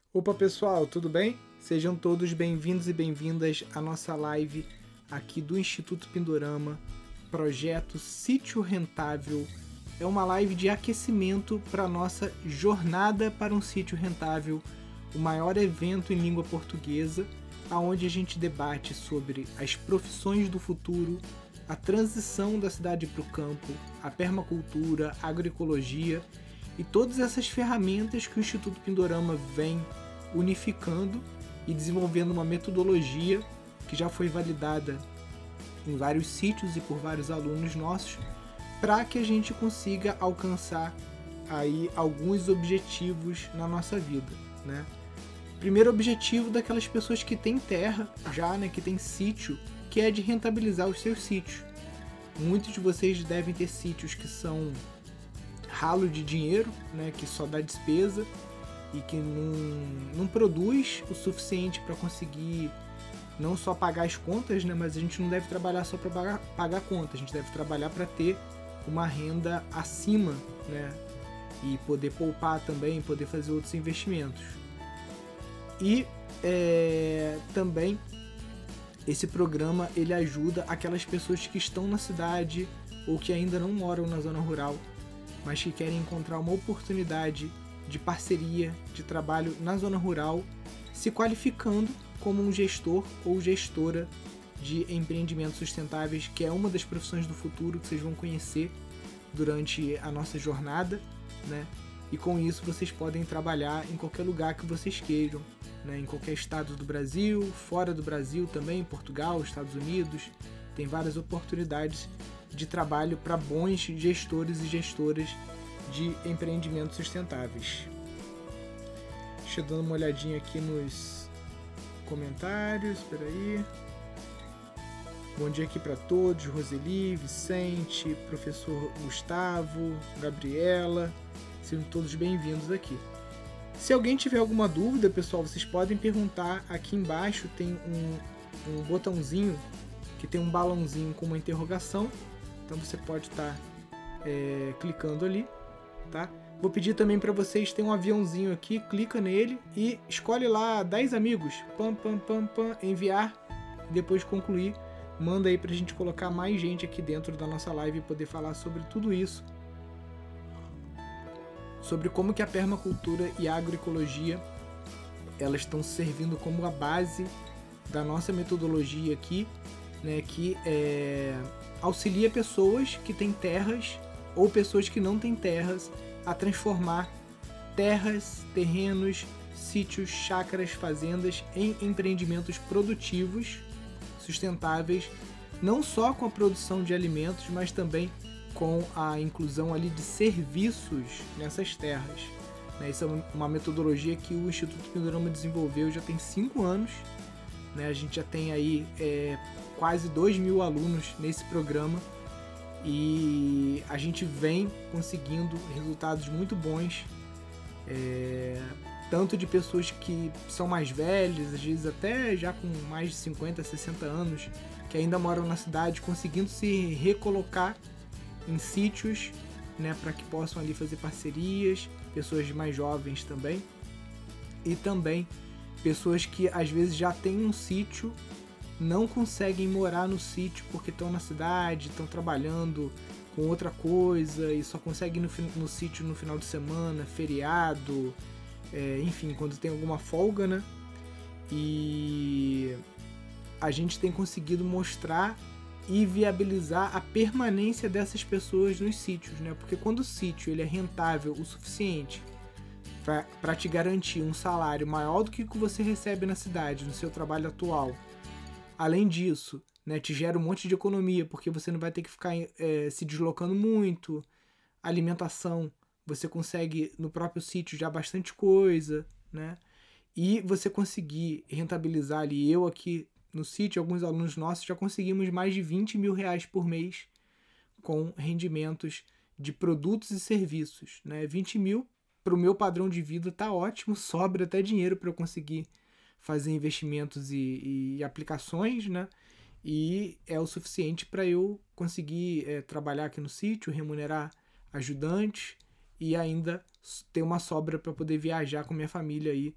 Opa pessoal, tudo bem? Sejam todos bem-vindos e bem-vindas à nossa live aqui do Instituto Pindorama, projeto Sítio Rentável. É uma live de aquecimento para a nossa jornada para um sítio rentável, o maior evento em língua portuguesa, onde a gente debate sobre as profissões do futuro, a transição da cidade para o campo, a permacultura, a agroecologia e todas essas ferramentas que o Instituto Pindorama vem unificando e desenvolvendo uma metodologia que já foi validada em vários sítios e por vários alunos nossos, para que a gente consiga alcançar aí alguns objetivos na nossa vida, né? Primeiro objetivo daquelas pessoas que têm terra já, né, que tem sítio, que é de rentabilizar os seus sítios. Muitos de vocês devem ter sítios que são ralo de dinheiro, né, que só dá despesa e que não produz o suficiente para conseguir não só pagar as contas, né, mas a gente não deve trabalhar só para pagar contas, a gente deve trabalhar para ter uma renda acima, né, e poder poupar também, poder fazer outros investimentos. E também esse programa ele ajuda aquelas pessoas que estão na cidade ou que ainda não moram na zona rural, mas que querem encontrar uma oportunidade de parceria, de trabalho na zona rural, se qualificando como um gestor ou gestora de empreendimentos sustentáveis, que é uma das profissões do futuro que vocês vão conhecer durante a nossa jornada, né? E com isso vocês podem trabalhar em qualquer lugar que vocês queiram, né? Em qualquer estado do Brasil, fora do Brasil também, Portugal, Estados Unidos, tem várias oportunidades de trabalho para bons gestores e gestoras de empreendimentos sustentáveis. Deixa eu dar uma olhadinha aqui nos comentários, espera aí. Bom dia aqui para todos, Roseli, Vicente, professor Gustavo, Gabriela, sejam todos bem-vindos aqui. Se alguém tiver alguma dúvida, pessoal, vocês podem perguntar aqui embaixo, tem um botãozinho que tem um balãozinho com uma interrogação, então você pode estar clicando ali, tá? Vou pedir também para vocês, tem um aviãozinho aqui, clica nele e escolhe lá 10 amigos, enviar, depois concluir, manda aí pra gente colocar mais gente aqui dentro da nossa live e poder falar sobre tudo isso, sobre como que a permacultura e a agroecologia elas estão servindo como a base da nossa metodologia aqui, né, que auxilia pessoas que têm terras ou pessoas que não têm terras a transformar terras, terrenos, sítios, chácaras, fazendas em empreendimentos produtivos, sustentáveis, não só com a produção de alimentos, mas também com a inclusão ali de serviços nessas terras. Isso é uma metodologia que o Instituto Pindorama desenvolveu já tem 5 anos. A gente já tem aí quase 2.000 alunos nesse programa e a gente vem conseguindo resultados muito bons, tanto de pessoas que são mais velhas, às vezes até já com mais de 50, 60 anos, que ainda moram na cidade, conseguindo se recolocar em sítios, né, para que possam ali fazer parcerias, pessoas mais jovens também, e também pessoas que às vezes já têm um sítio, não conseguem morar no sítio porque estão na cidade, estão trabalhando com outra coisa e só conseguem ir no sítio no final de semana, feriado, enfim, quando tem alguma folga, né? E a gente tem conseguido mostrar e viabilizar a permanência dessas pessoas nos sítios, né? Porque quando o sítio ele é rentável o suficiente para te garantir um salário maior do que o que você recebe na cidade, no seu trabalho atual, além disso, né, te gera um monte de economia, porque você não vai ter que ficar se deslocando muito, alimentação, você consegue no próprio sítio já bastante coisa, né? E você conseguir rentabilizar ali, eu aqui no sítio, alguns alunos nossos já conseguimos mais de 20 mil reais por mês com rendimentos de produtos e serviços, né? 20 mil para o meu padrão de vida tá ótimo, sobra até dinheiro para eu conseguir fazer investimentos e aplicações, né? E é o suficiente para eu conseguir trabalhar aqui no sítio, remunerar ajudantes e ainda ter uma sobra para poder viajar com minha família aí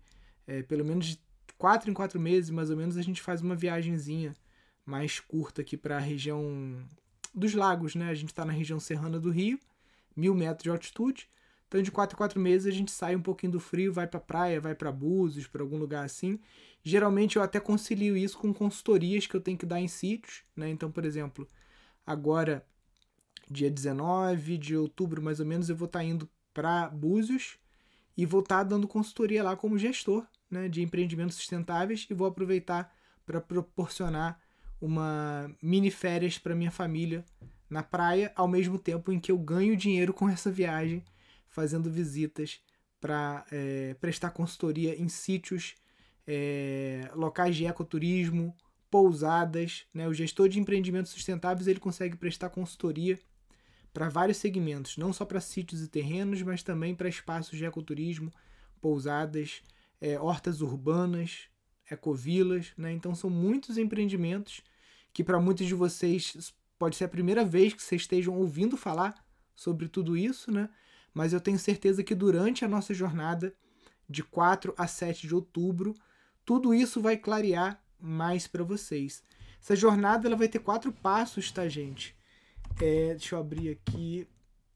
pelo menos de 4 em 4 meses, mais ou menos, a gente faz uma viagenzinha mais curta aqui para a região dos lagos, né? A gente está na região serrana do Rio, 1.000 metros de altitude. Então, de 4 em 4 meses, a gente sai um pouquinho do frio, vai para praia, vai para Búzios, para algum lugar assim. Geralmente, eu até concilio isso com consultorias que eu tenho que dar em sítios, né? Então, por exemplo, agora, dia 19 de outubro, mais ou menos, eu vou estar indo para Búzios e vou estar dando consultoria lá como gestor, né, de empreendimentos sustentáveis, e vou aproveitar para proporcionar uma mini férias para minha família na praia, ao mesmo tempo em que eu ganho dinheiro com essa viagem, fazendo visitas para prestar consultoria em sítios, locais de ecoturismo, pousadas, né? O gestor de empreendimentos sustentáveis ele consegue prestar consultoria para vários segmentos, não só para sítios e terrenos, mas também para espaços de ecoturismo, pousadas, hortas urbanas, ecovilas, né? Então são muitos empreendimentos que para muitos de vocês pode ser a primeira vez que vocês estejam ouvindo falar sobre tudo isso, né? Mas eu tenho certeza que durante a nossa jornada de 4 a 7 de outubro, tudo isso vai clarear mais para vocês. Essa jornada ela vai ter 4 passos, tá, gente? Deixa eu abrir aqui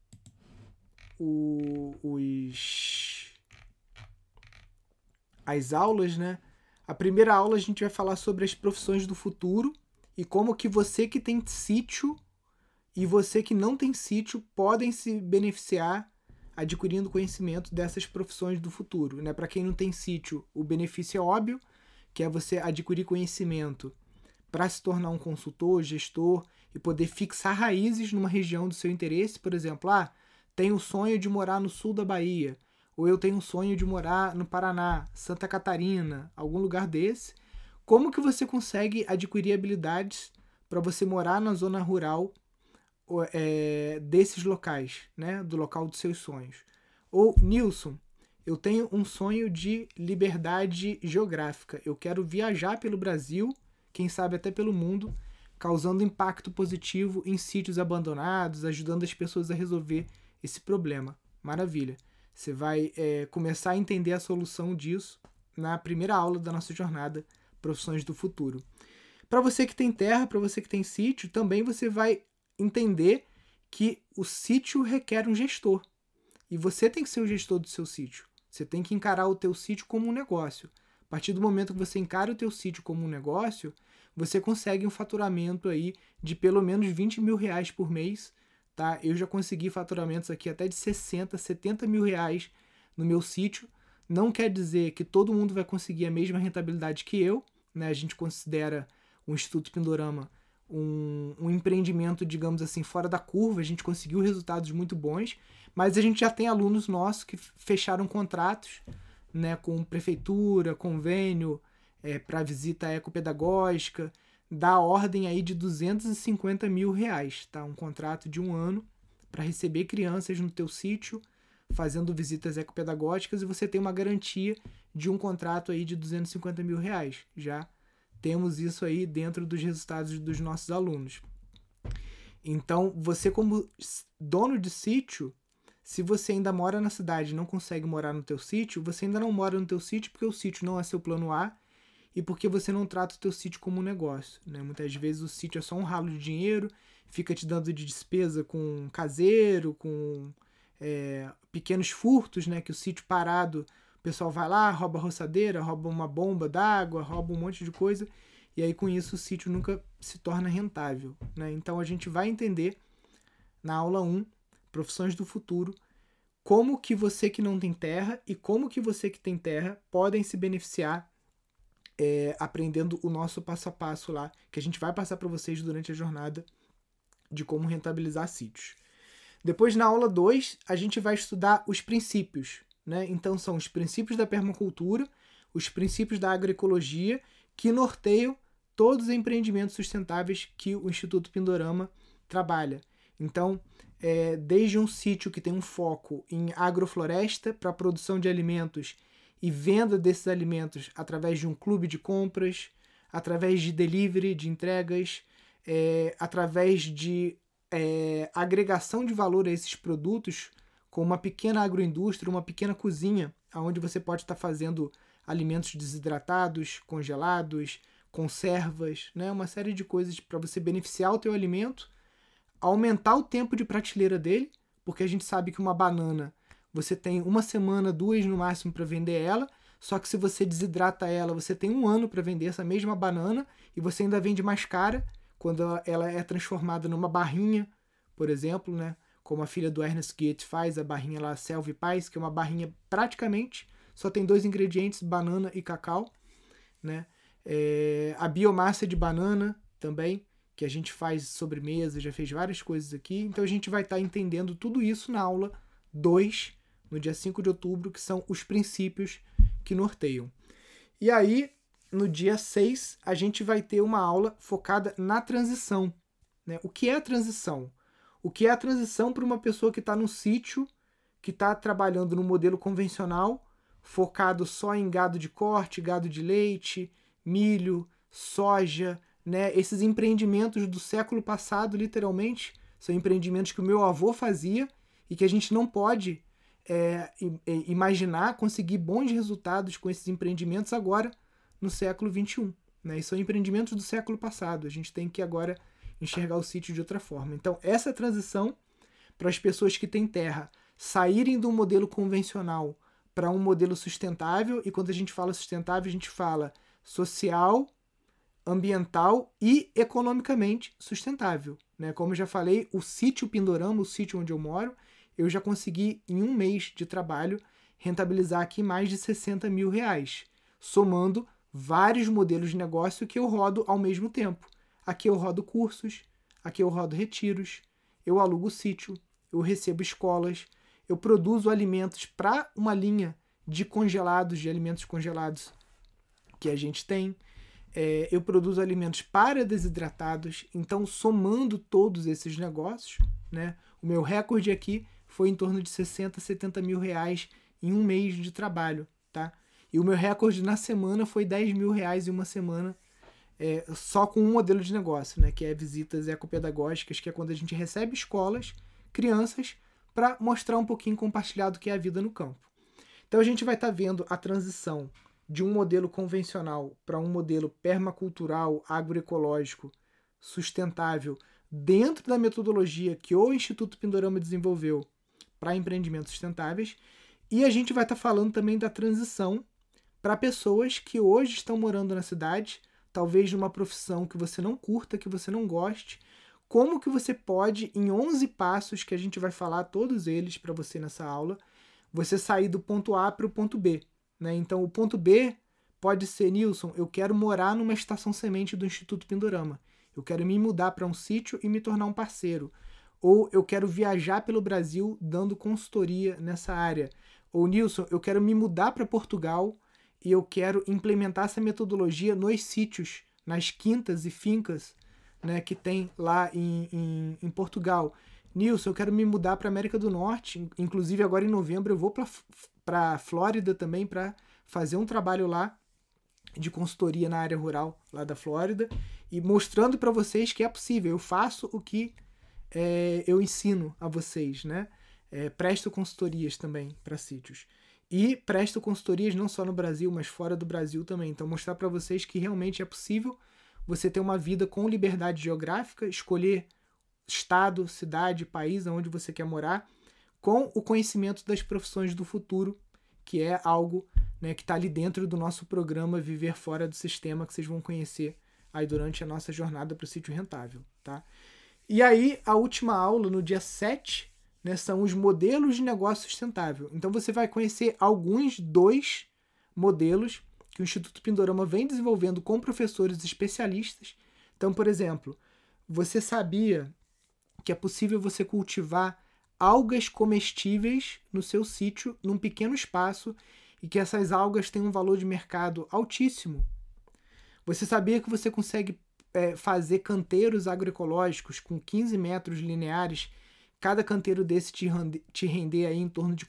as aulas, né? A primeira aula a gente vai falar sobre as profissões do futuro e como que você que tem sítio e você que não tem sítio podem se beneficiar adquirindo conhecimento dessas profissões do futuro, né? Para quem não tem sítio, o benefício é óbvio, que é você adquirir conhecimento para se tornar um consultor, gestor e poder fixar raízes numa região do seu interesse. Por exemplo, tenho o sonho de morar no sul da Bahia, ou eu tenho o sonho de morar no Paraná, Santa Catarina, algum lugar desse. Como que você consegue adquirir habilidades para você morar na zona rural desses locais, né? Do local dos seus sonhos? Ou, Nilson, eu tenho um sonho de liberdade geográfica. Eu quero viajar pelo Brasil, quem sabe até pelo mundo, causando impacto positivo em sítios abandonados, ajudando as pessoas a resolver esse problema. Maravilha. Você vai começar a entender a solução disso na primeira aula da nossa jornada Profissões do Futuro. Para você que tem terra, para você que tem sítio, também você vai entender que o sítio requer um gestor. E você tem que ser o gestor do seu sítio. Você tem que encarar o teu sítio como um negócio. A partir do momento que você encara o teu sítio como um negócio, você consegue um faturamento aí de pelo menos 20 mil reais por mês. Tá? Eu já consegui faturamentos aqui até de 60, 70 mil reais no meu sítio. Não quer dizer que todo mundo vai conseguir a mesma rentabilidade que eu, né? A gente considera o Instituto Pindorama um empreendimento, digamos assim, fora da curva. A gente conseguiu resultados muito bons, mas a gente já tem alunos nossos que fecharam contratos, né, com prefeitura, convênio, para visita ecopedagógica, da ordem aí de 250 mil reais, tá? Um contrato de 1 ano para receber crianças no teu sítio, fazendo visitas ecopedagógicas, e você tem uma garantia de um contrato aí de 250 mil reais. Já temos isso aí dentro dos resultados dos nossos alunos. Então, você como dono de sítio, se você ainda mora na cidade e não consegue morar no teu sítio, você ainda não mora no teu sítio porque o sítio não é seu plano A e porque você não trata o teu sítio como um negócio, né? Muitas vezes o sítio é só um ralo de dinheiro, fica te dando de despesa com caseiro, com pequenos furtos, né? Que o sítio parado, o pessoal vai lá, rouba a roçadeira, rouba uma bomba d'água, rouba um monte de coisa, e aí com isso o sítio nunca se torna rentável, né? Então a gente vai entender na aula 1, Profissões do Futuro, como que você que não tem terra e como que você que tem terra podem se beneficiar aprendendo o nosso passo a passo lá, que a gente vai passar para vocês durante a jornada de como rentabilizar sítios. Depois, na aula 2, a gente vai estudar os princípios, né? Então, são os princípios da permacultura, os princípios da agroecologia, que norteiam todos os empreendimentos sustentáveis que o Instituto Pindorama trabalha. Então, desde um sítio que tem um foco em agrofloresta para a produção de alimentos e venda desses alimentos através de um clube de compras, através de delivery, de entregas, através de agregação de valor a esses produtos, com uma pequena agroindústria, uma pequena cozinha, onde você pode estar fazendo alimentos desidratados, congelados, conservas, né? Uma série de coisas para você beneficiar o teu alimento, aumentar o tempo de prateleira dele, porque a gente sabe que uma banana você tem 1 semana, 2 no máximo para vender ela, só que se você desidrata ela, você tem 1 ano para vender essa mesma banana e você ainda vende mais cara quando ela é transformada numa barrinha, por exemplo, né? Como a filha do Ernest Goethe faz, a barrinha lá Selva Paz, que é uma barrinha praticamente, só tem 2 ingredientes, banana e cacau, né? A biomassa de banana também, que a gente faz sobremesa, já fez várias coisas aqui. Então a gente vai estar entendendo tudo isso na aula 2, no dia 5 de outubro, que são os princípios que norteiam. E aí, no dia 6, a gente vai ter uma aula focada na transição, né? O que é a transição? O que é a transição para uma pessoa que está num sítio, que está trabalhando no modelo convencional, focado só em gado de corte, gado de leite, milho, soja, né? Esses empreendimentos do século passado, literalmente, são empreendimentos que o meu avô fazia e que a gente não pode imaginar conseguir bons resultados com esses empreendimentos agora no século XXI. Né? E são empreendimentos do século passado. A gente tem que agora enxergar o sítio de outra forma. Então, essa transição para as pessoas que têm terra saírem do modelo convencional para um modelo sustentável, e quando a gente fala sustentável, a gente fala social, ambiental e economicamente sustentável. Né? Como eu já falei, o sítio Pindorama, o sítio onde eu moro, eu já consegui, em 1 mês de trabalho, rentabilizar aqui mais de R$60 mil, somando vários modelos de negócio que eu rodo ao mesmo tempo. Aqui eu rodo cursos, aqui eu rodo retiros, eu alugo sítio, eu recebo escolas, eu produzo alimentos para uma linha de congelados, de alimentos congelados que a gente tem. Eu produzo alimentos para desidratados. Então, somando todos esses negócios, né, o meu recorde aqui foi em torno de R$60, R$70 mil em 1 mês de trabalho. Tá? E o meu recorde na semana foi R$10 mil em uma semana, só com um modelo de negócio, né, que é visitas ecopedagógicas, que é quando a gente recebe escolas, crianças, para mostrar um pouquinho compartilhado o que é a vida no campo. Então a gente vai estar vendo a transição de um modelo convencional para um modelo permacultural, agroecológico, sustentável, dentro da metodologia que o Instituto Pindorama desenvolveu para empreendimentos sustentáveis. E a gente vai estar falando também da transição para pessoas que hoje estão morando na cidade, talvez numa profissão que você não curta, que você não goste, como que você pode, em 11 passos, que a gente vai falar todos eles para você nessa aula, você sair do ponto A para o ponto B. Né? Então, o ponto B pode ser, Nilson, eu quero morar numa estação semente do Instituto Pindorama. Eu quero me mudar para um sítio e me tornar um parceiro. Ou eu quero viajar pelo Brasil dando consultoria nessa área. Ou, Nilson, eu quero me mudar para Portugal e eu quero implementar essa metodologia nos sítios, nas quintas e fincas, né, que tem lá em Portugal. Nilson, eu quero me mudar para a América do Norte, inclusive agora em novembro eu vou para a Flórida também para fazer um trabalho lá de consultoria na área rural lá da Flórida e mostrando para vocês que é possível. Eu faço o que eu ensino a vocês, né? Presto consultorias também para sítios. E presto consultorias não só no Brasil, mas fora do Brasil também. Então, mostrar para vocês que realmente é possível você ter uma vida com liberdade geográfica, escolher estado, cidade, país, onde você quer morar, com o conhecimento das profissões do futuro, que é algo, né, que está ali dentro do nosso programa Viver Fora do Sistema, que vocês vão conhecer aí durante a nossa jornada para o Sítio Rentável. Tá? E aí, a última aula, no dia 7, né, são os modelos de negócio sustentável. Então você vai conhecer alguns dos modelos que o Instituto Pindorama vem desenvolvendo com professores especialistas. Então, por exemplo, você sabia que é possível você cultivar algas comestíveis no seu sítio, num pequeno espaço, e que essas algas têm um valor de mercado altíssimo? Você sabia que você consegue fazer canteiros agroecológicos com 15 metros lineares, cada canteiro desse te render aí em torno de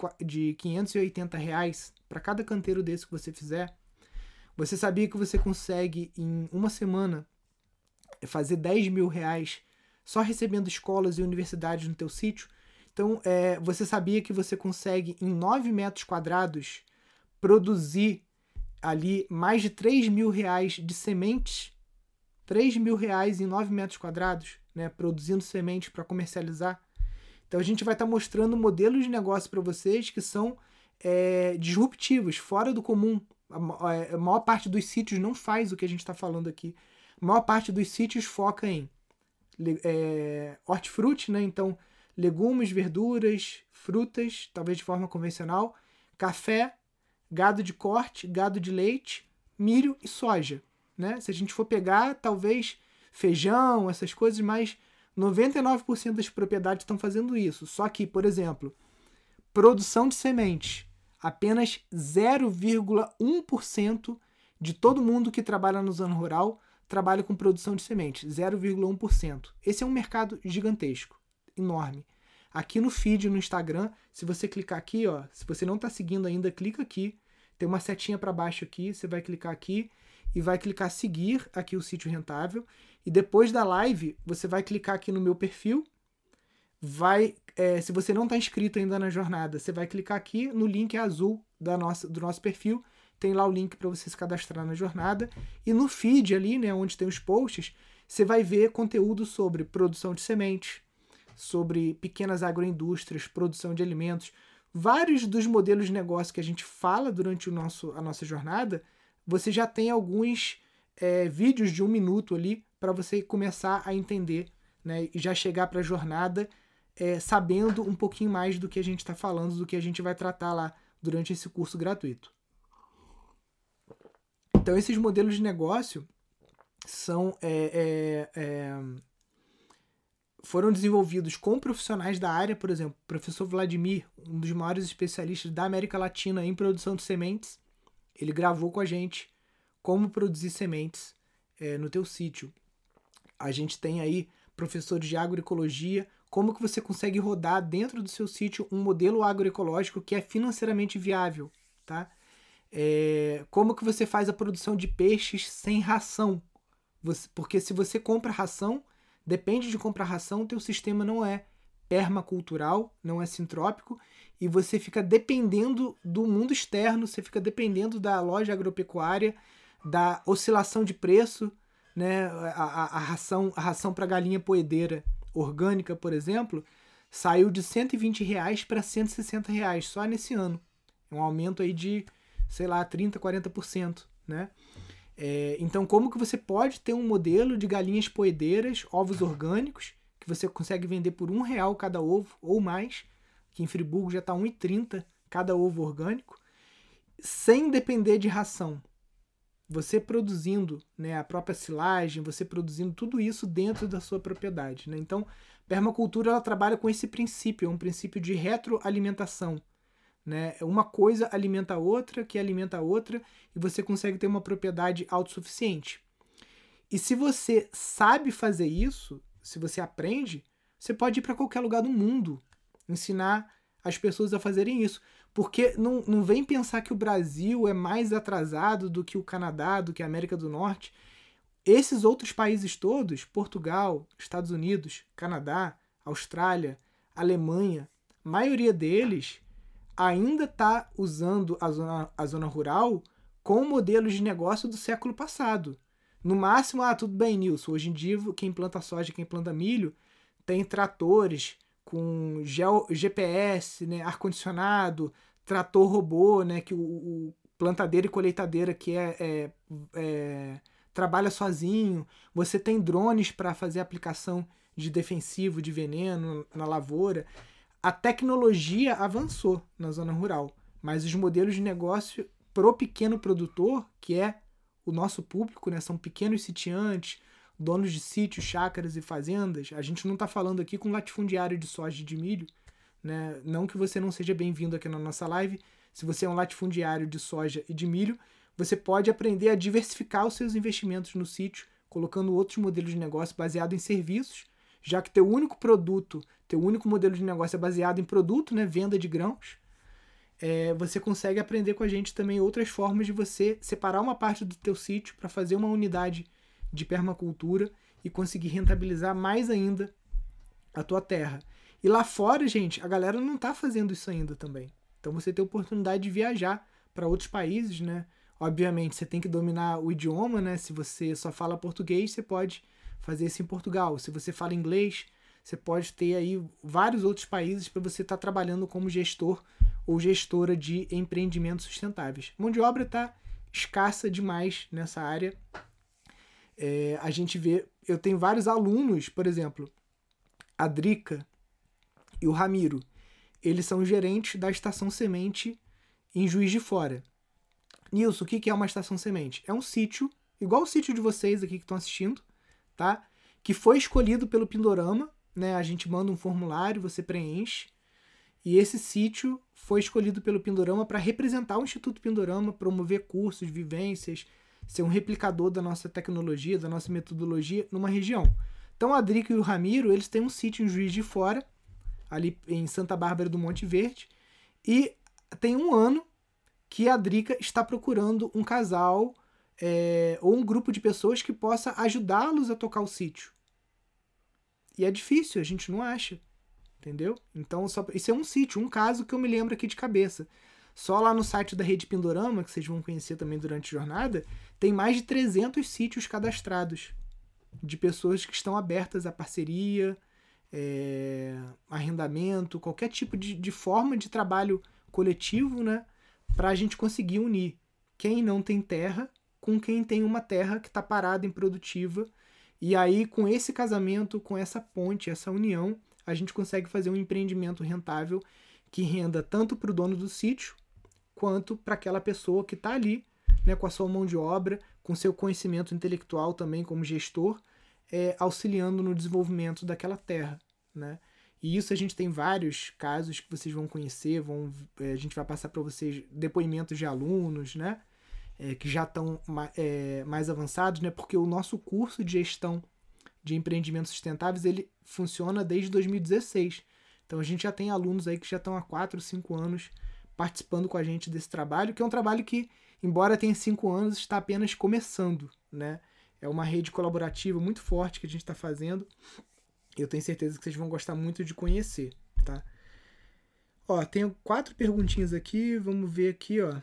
R$580 para cada canteiro desse que você fizer? Você sabia que você consegue, em uma semana, fazer R$10 mil só recebendo escolas e universidades no teu sítio? Então, você sabia que você consegue, em 9 metros quadrados, produzir ali mais de R$3.000 de sementes, R$3.000 em 9 metros quadrados, né, produzindo sementes para comercializar. Então a gente vai estar mostrando modelos de negócio para vocês que são disruptivos, fora do comum. A maior parte dos sítios não faz o que a gente está falando aqui. A maior parte dos sítios foca em hortifruti, né? Então, legumes, verduras, frutas, talvez de forma convencional, café, gado de corte, gado de leite, milho e soja, né? Se a gente for pegar, talvez feijão, essas coisas, mas 99% das propriedades estão fazendo isso. Só que, por exemplo, produção de sementes. Apenas 0,1% de todo mundo que trabalha na zona rural trabalha com produção de sementes. 0,1%. Esse é um mercado gigantesco, enorme. Aqui no feed, no Instagram, se você clicar aqui, ó, se você não está seguindo ainda, clica aqui. Tem uma setinha para baixo aqui, você vai clicar aqui e vai clicar seguir aqui o Sítio Rentável. E depois da live, você vai clicar aqui no meu perfil. Se você não está inscrito ainda na jornada, você vai clicar aqui no link azul do nosso perfil. Tem lá o link para você se cadastrar na jornada. E no feed ali, né, onde tem os posts, você vai ver conteúdo sobre produção de sementes, sobre pequenas agroindústrias, produção de alimentos. Vários dos modelos de negócio que a gente fala durante a nossa jornada, você já tem alguns vídeos de 1 minuto ali para você começar a entender, né, e já chegar para a jornada sabendo um pouquinho mais do que a gente está falando, do que a gente vai tratar lá durante esse curso gratuito. Então, esses modelos de negócio foram desenvolvidos com profissionais da área, por exemplo, o professor Vladimir, um dos maiores especialistas da América Latina em produção de sementes, ele gravou com a gente como produzir sementes no teu sítio. A gente tem aí professores de agroecologia, como que você consegue rodar dentro do seu sítio um modelo agroecológico que é financeiramente viável, tá? Como que você faz a produção de peixes sem ração? Porque se você compra ração, depende de comprar ração, teu sistema não é permacultural, não é sintrópico, e você fica dependendo do mundo externo, você fica dependendo da loja agropecuária, da oscilação de preço, né? A ração para galinha poedeira orgânica, por exemplo, saiu de R$120 para R$160 só nesse ano. É um aumento aí de, sei lá, 30%, 40%, né? Então, como que você pode ter um modelo de galinhas poedeiras, ovos orgânicos, que você consegue vender por R$1 cada ovo ou mais, que em Friburgo já está R$1,30 cada ovo orgânico, sem depender de ração. Você produzindo, né, a própria silagem, você produzindo tudo isso dentro da sua propriedade, né? Então, permacultura ela trabalha com esse princípio, é um princípio de retroalimentação, né? Uma coisa alimenta a outra, que alimenta a outra, e você consegue ter uma propriedade autossuficiente. E se você sabe fazer isso, se você aprende, você pode ir para qualquer lugar do mundo, ensinar as pessoas a fazerem isso. Porque não vem pensar que o Brasil é mais atrasado do que o Canadá, do que a América do Norte. Esses outros países todos, Portugal, Estados Unidos, Canadá, Austrália, Alemanha, a maioria deles ainda está usando a zona rural com modelos de negócio do século passado. No máximo, tudo bem, Nilson, hoje em dia quem planta soja, quem planta milho, tem tratores com GPS, né, ar-condicionado, trator robô, né, que o plantadeira e colheitadeira que trabalha sozinho. Você tem drones para fazer aplicação de defensivo, de veneno na lavoura. A tecnologia avançou na zona rural, mas os modelos de negócio pro pequeno produtor, que é o nosso público, né, são pequenos sitiantes, donos de sítios, chácaras e fazendas. A gente não está falando aqui com latifundiário de soja e de milho, né? Não que você não seja bem-vindo aqui na nossa live. Se você é um latifundiário de soja e de milho, você pode aprender a diversificar os seus investimentos no sítio, colocando outros modelos de negócio baseados em serviços, já que teu único modelo de negócio é baseado em produto, né? Venda de grãos. Você consegue aprender com a gente também outras formas de você separar uma parte do teu sítio para fazer uma unidade de permacultura e conseguir rentabilizar mais ainda a tua terra. E lá fora, gente, a galera não tá fazendo isso ainda também. Então você tem a oportunidade de viajar para outros países, né? Obviamente, você tem que dominar o idioma, né? Se você só fala português, você pode fazer isso em Portugal. Se você fala inglês, você pode ter aí vários outros países para você estar trabalhando como gestor ou gestora de empreendimentos sustentáveis. Mão de obra está escassa demais nessa área. A gente vê, eu tenho vários alunos, por exemplo, a Drica e o Ramiro. Eles são gerentes da Estação Semente em Juiz de Fora. Nilson, o que é uma estação semente? É um sítio, igual o sítio de vocês aqui que estão assistindo, tá? Que foi escolhido pelo Pindorama, né? A gente manda um formulário, você preenche, e esse sítio foi escolhido pelo Pindorama para representar o Instituto Pindorama, promover cursos, vivências, ser um replicador da nossa tecnologia, da nossa metodologia numa região. Então a Drica e o Ramiro, eles têm um sítio em Juiz de Fora, ali em Santa Bárbara do Monte Verde, e tem um ano que a Drica está procurando um casal ou um grupo de pessoas que possa ajudá-los a tocar o sítio. E é difícil, a gente não acha, entendeu? Então, isso é um sítio, um caso que eu me lembro aqui de cabeça. Só lá no site da Rede Pindorama, que vocês vão conhecer também durante a jornada, tem mais de 300 sítios cadastrados de pessoas que estão abertas à parceria, arrendamento, qualquer tipo de forma de trabalho coletivo, né? Para a gente conseguir unir quem não tem terra com quem tem uma terra que está parada, improdutiva. E aí, com esse casamento, com essa ponte, essa união, a gente consegue fazer um empreendimento rentável que renda tanto para o dono do sítio, quanto para aquela pessoa que está ali, né, com a sua mão de obra, com seu conhecimento intelectual também como gestor, auxiliando no desenvolvimento daquela terra, né? E isso a gente tem vários casos que vocês vão conhecer, a gente vai passar para vocês depoimentos de alunos, né? Que já estão mais avançados, né? Porque o nosso curso de gestão de empreendimentos sustentáveis, ele funciona desde 2016. Então a gente já tem alunos aí que já estão há 4, 5 anos participando com a gente desse trabalho, que é um trabalho que, embora tenha 5 anos, está apenas começando, né? É uma rede colaborativa muito forte que a gente está fazendo. Eu tenho certeza que vocês vão gostar muito de conhecer, tá? Ó, tenho 4 perguntinhas aqui, vamos ver aqui, ó.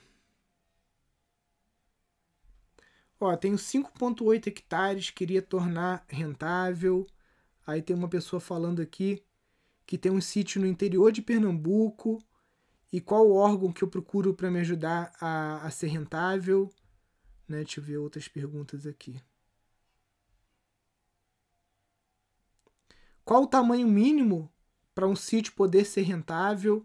Ó, tenho 5,8 hectares, queria tornar rentável. Aí tem uma pessoa falando aqui que tem um sítio no interior de Pernambuco. E qual órgão que eu procuro para me ajudar a ser rentável? Né? Deixa eu ver outras perguntas aqui. Qual o tamanho mínimo para um sítio poder ser rentável?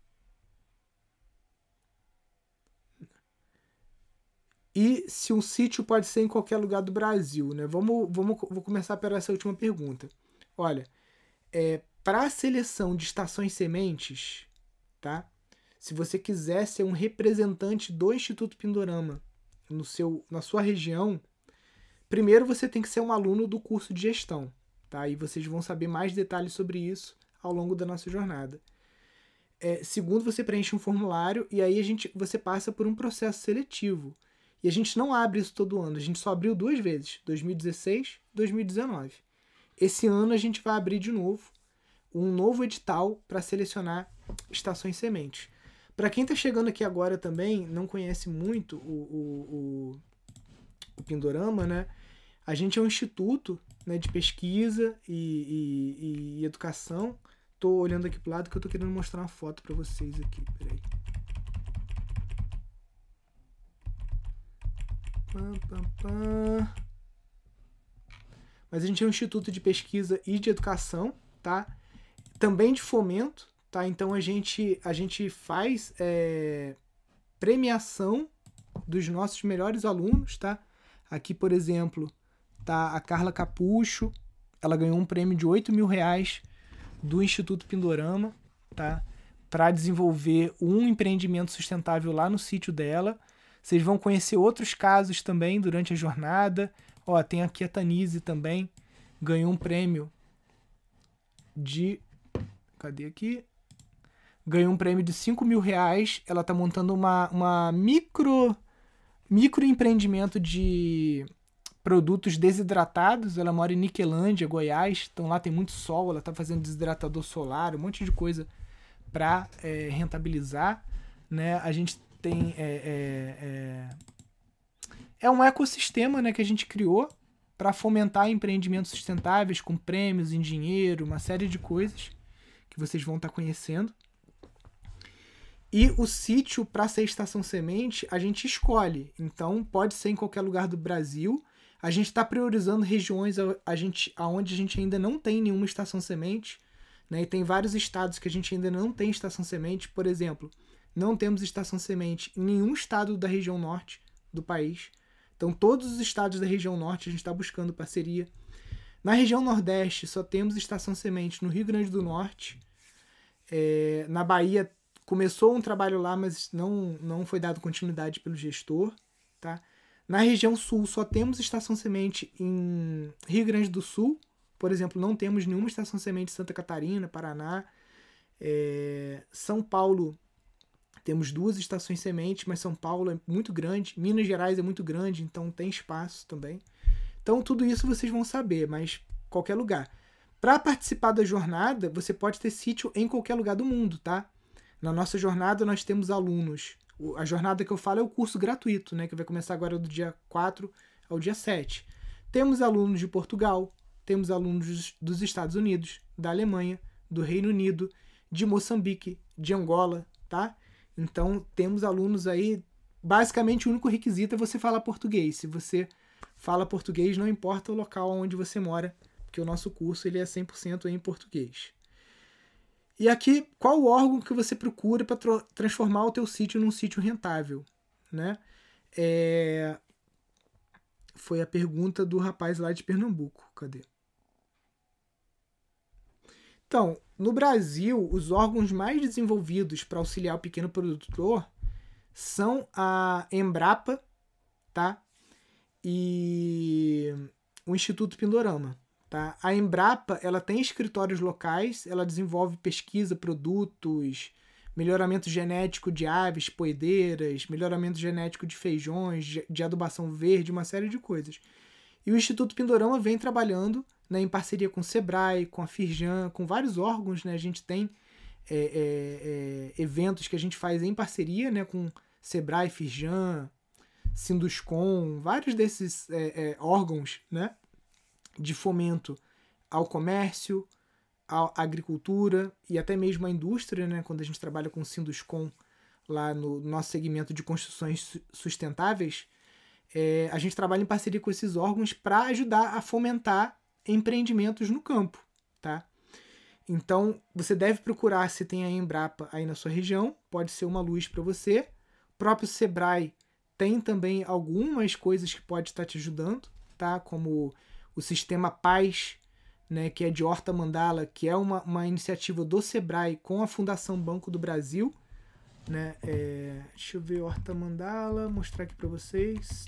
E se um sítio pode ser em qualquer lugar do Brasil, né? Vou começar por essa última pergunta. Olha, para a seleção de estações sementes, tá? Se você quiser ser um representante do Instituto Pindorama na sua região, primeiro você tem que ser um aluno do curso de gestão, tá? E vocês vão saber mais detalhes sobre isso ao longo da nossa jornada. Segundo, você preenche um formulário e aí você passa por um processo seletivo. E a gente não abre isso todo ano, a gente só abriu 2 vezes, 2016 e 2019. Esse ano a gente vai abrir de novo um novo edital para selecionar estações sementes. Para quem está chegando aqui agora também, não conhece muito o Pindorama, né? A gente é um instituto, né, de pesquisa e educação. Estou olhando aqui para o lado que eu estou querendo mostrar uma foto para vocês aqui. Peraí. Mas a gente é um instituto de pesquisa e de educação, tá? Também de fomento, tá? Então a gente faz premiação dos nossos melhores alunos, tá? Aqui, por exemplo, tá a Carla Capucho, ela ganhou um prêmio de R$8.000 do Instituto Pindorama, tá? Para desenvolver um empreendimento sustentável lá no sítio dela. Vocês vão conhecer outros casos também durante a jornada. Ó, tem aqui a Tanise também, ganhou um prêmio de... Cadê aqui? Ganhou um prêmio de R$5.000. Ela está montando uma micro empreendimento de produtos desidratados. Ela mora em Niquelândia, Goiás. Então lá tem muito sol, ela está fazendo desidratador solar, um monte de coisa para rentabilizar, né? A gente tem É um ecossistema, né, que a gente criou para fomentar empreendimentos sustentáveis com prêmios em dinheiro, uma série de coisas que vocês vão estar conhecendo. E o sítio, para ser estação semente, a gente escolhe. Então, pode ser em qualquer lugar do Brasil. A gente está priorizando regiões onde a gente ainda não tem nenhuma estação semente, né? E tem vários estados que a gente ainda não tem estação semente. Por exemplo, não temos estação semente em nenhum estado da região norte do país. Então, todos os estados da região norte a gente está buscando parceria. Na região nordeste, só temos estação semente no Rio Grande do Norte. Na Bahia, começou um trabalho lá, mas não foi dado continuidade pelo gestor. Tá? Na região sul, só temos estação semente em Rio Grande do Sul. Por exemplo, não temos nenhuma estação semente em Santa Catarina, Paraná. São Paulo, temos 2 estações semente, mas São Paulo é muito grande. Minas Gerais é muito grande, então tem espaço também. Então, tudo isso vocês vão saber, mas qualquer lugar. Para participar da jornada, você pode ter sítio em qualquer lugar do mundo, tá? Na nossa jornada, nós temos alunos. A jornada que eu falo é o curso gratuito, né? Que vai começar agora do dia 4 ao dia 7. Temos alunos de Portugal, temos alunos dos Estados Unidos, da Alemanha, do Reino Unido, de Moçambique, de Angola, tá? Então, temos alunos aí. Basicamente, o único requisito é você falar português. Se você fala português, não importa o local onde você mora, porque o nosso curso ele é 100% em português. E aqui, qual o órgão que você procura para transformar o teu sítio num sítio rentável? Né? Foi a pergunta do rapaz lá de Pernambuco. Cadê? Então, no Brasil, os órgãos mais desenvolvidos para auxiliar o pequeno produtor são a Embrapa, tá? E o Instituto Pindorama. Tá? A Embrapa ela tem escritórios locais, ela desenvolve pesquisa, produtos, melhoramento genético de aves, poedeiras, melhoramento genético de feijões, de adubação verde, uma série de coisas. E o Instituto Pindorama vem trabalhando, né, em parceria com o Sebrae, com a Firjan, com vários órgãos. Né, a gente tem eventos que a gente faz em parceria, né, com Sebrae, Firjan, Sinduscom, vários desses órgãos, né, de fomento ao comércio, à agricultura e até mesmo à indústria, né, quando a gente trabalha com o Sinduscom lá no nosso segmento de construções sustentáveis, a gente trabalha em parceria com esses órgãos para ajudar a fomentar empreendimentos no campo, tá? Então, você deve procurar se tem a Embrapa aí na sua região, pode ser uma luz para você. O próprio Sebrae tem também algumas coisas que pode estar te ajudando, tá? Como o Sistema Paz, né, que é de Horta Mandala, que é uma iniciativa do Sebrae com a Fundação Banco do Brasil. Né? Deixa eu ver Horta Mandala, mostrar aqui para vocês.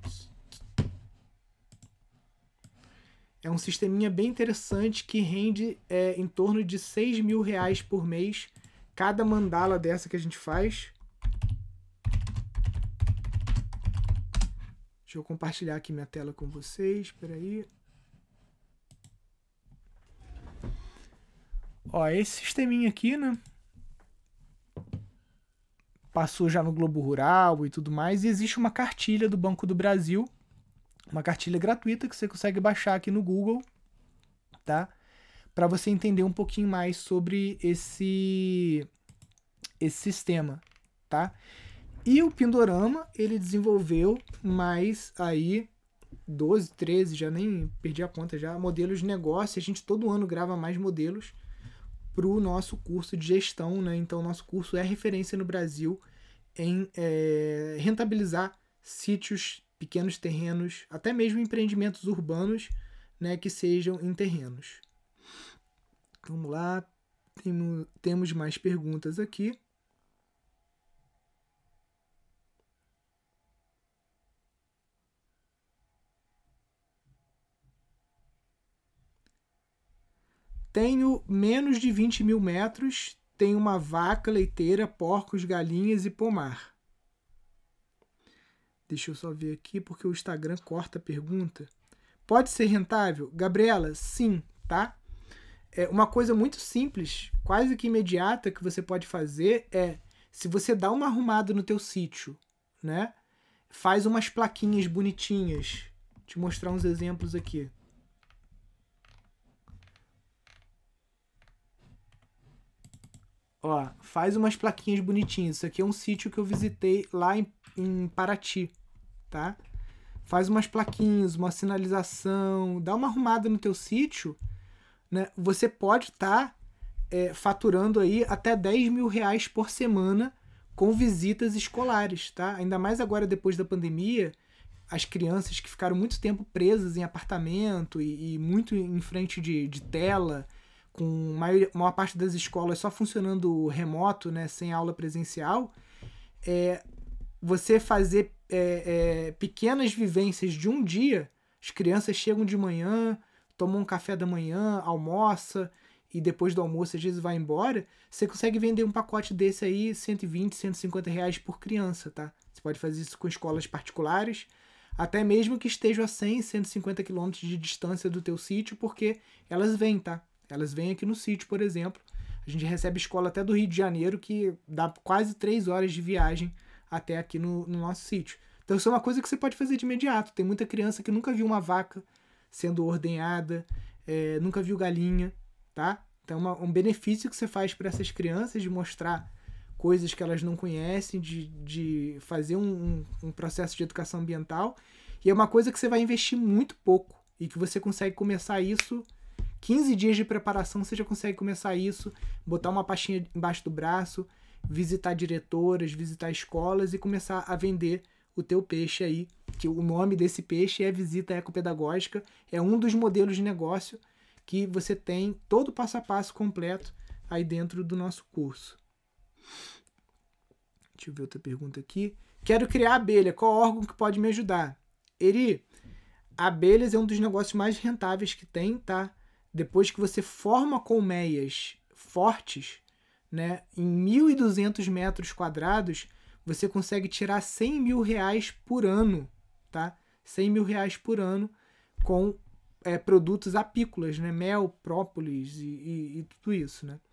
É um sisteminha bem interessante que rende em torno de R$6.000 por mês cada mandala dessa que a gente faz. Deixa eu compartilhar aqui minha tela com vocês. Espera aí. Ó, esse sisteminha aqui, né? Passou já no Globo Rural e tudo mais. E existe uma cartilha do Banco do Brasil, uma cartilha gratuita que você consegue baixar aqui no Google, tá? Para você entender um pouquinho mais sobre esse sistema, tá? E o Pindorama, ele desenvolveu mais aí 12, 13, já nem perdi a conta já, modelos de negócio. A gente todo ano grava mais modelos para o nosso curso de gestão, né? Então, nosso curso é referência no Brasil em rentabilizar sítios, pequenos terrenos, até mesmo empreendimentos urbanos, né, que sejam em terrenos. Vamos lá, temos mais perguntas aqui. Tenho menos de 20.000 metros, tenho uma vaca, leiteira, porcos, galinhas e pomar. Deixa eu só ver aqui, porque o Instagram corta a pergunta. Pode ser rentável? Gabriela, sim, tá? Uma coisa muito simples, quase que imediata, que você pode fazer se você dá uma arrumada no teu sítio, né? faz umas plaquinhas bonitinhas. Vou te mostrar uns exemplos aqui. Ó, faz umas plaquinhas bonitinhas. Isso aqui é um sítio que eu visitei lá em Paraty, tá? Faz umas plaquinhas, uma sinalização, dá uma arrumada no teu sítio, né? Você pode estar faturando aí até 10 mil reais por semana com visitas escolares, tá? Ainda mais agora depois da pandemia, as crianças que ficaram muito tempo presas em apartamento e muito em frente de tela, com maior parte das escolas só funcionando remoto, né, sem aula presencial, você fazer pequenas vivências de um dia, as crianças chegam de manhã, tomam um café da manhã, almoça, e depois do almoço às vezes vai embora, você consegue vender um pacote desse aí, 120, 150 reais por criança, tá? Você pode fazer isso com escolas particulares, até mesmo que estejam a 100, 150 quilômetros de distância do teu sítio, porque elas vêm, tá? Elas vêm aqui no sítio, por exemplo. A gente recebe escola até do Rio de Janeiro, que dá quase 3 horas de viagem até aqui no nosso sítio. Então isso é uma coisa que você pode fazer de imediato. Tem muita criança que nunca viu uma vaca sendo ordenhada, nunca viu galinha, tá? Então um benefício que você faz para essas crianças de mostrar coisas que elas não conhecem, de fazer um processo de educação ambiental. E é uma coisa que você vai investir muito pouco e que você consegue começar isso 15 dias de preparação, você já consegue começar isso, botar uma pastinha embaixo do braço, visitar diretoras, visitar escolas e começar a vender o teu peixe aí, que o nome desse peixe é Visita Ecopedagógica, é um dos modelos de negócio que você tem todo o passo a passo completo aí dentro do nosso curso. Deixa eu ver outra pergunta aqui. Quero criar abelha, qual órgão que pode me ajudar? Eri, abelhas é um dos negócios mais rentáveis que tem, tá? Depois que você forma colmeias fortes, né, em 1.200 metros quadrados, você consegue tirar 100 mil reais por ano, tá? 100 mil reais por ano com produtos apícolas, né? Mel, própolis e tudo isso, né?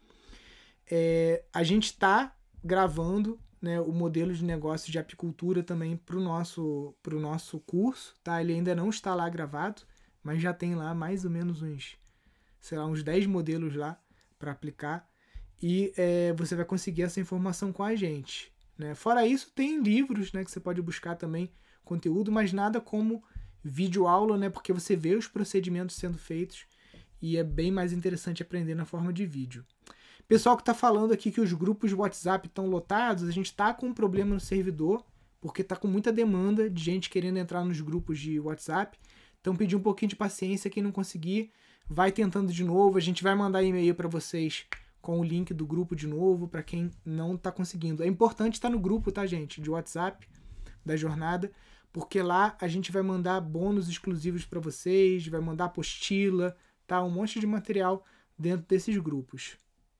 A gente está gravando, né, o modelo de negócio de apicultura também para o nosso curso, tá? Ele ainda não está lá gravado, mas já tem lá mais ou menos uns 10 modelos lá para aplicar e você vai conseguir essa informação com a gente, né? Fora isso, tem livros, né, que você pode buscar também conteúdo, mas nada como vídeo aula, né, porque você vê os procedimentos sendo feitos e é bem mais interessante aprender na forma de vídeo. Pessoal que está falando aqui que os grupos de WhatsApp estão lotados, a gente está com um problema no servidor, porque está com muita demanda de gente querendo entrar nos grupos de WhatsApp. Então pedir um pouquinho de paciência, quem não conseguir, vai tentando de novo, a gente vai mandar e-mail para vocês com o link do grupo de novo, para quem não está conseguindo. É importante estar no grupo, tá, gente, de WhatsApp da jornada, porque lá a gente vai mandar bônus exclusivos para vocês, vai mandar apostila, tá, um monte de material dentro desses grupos.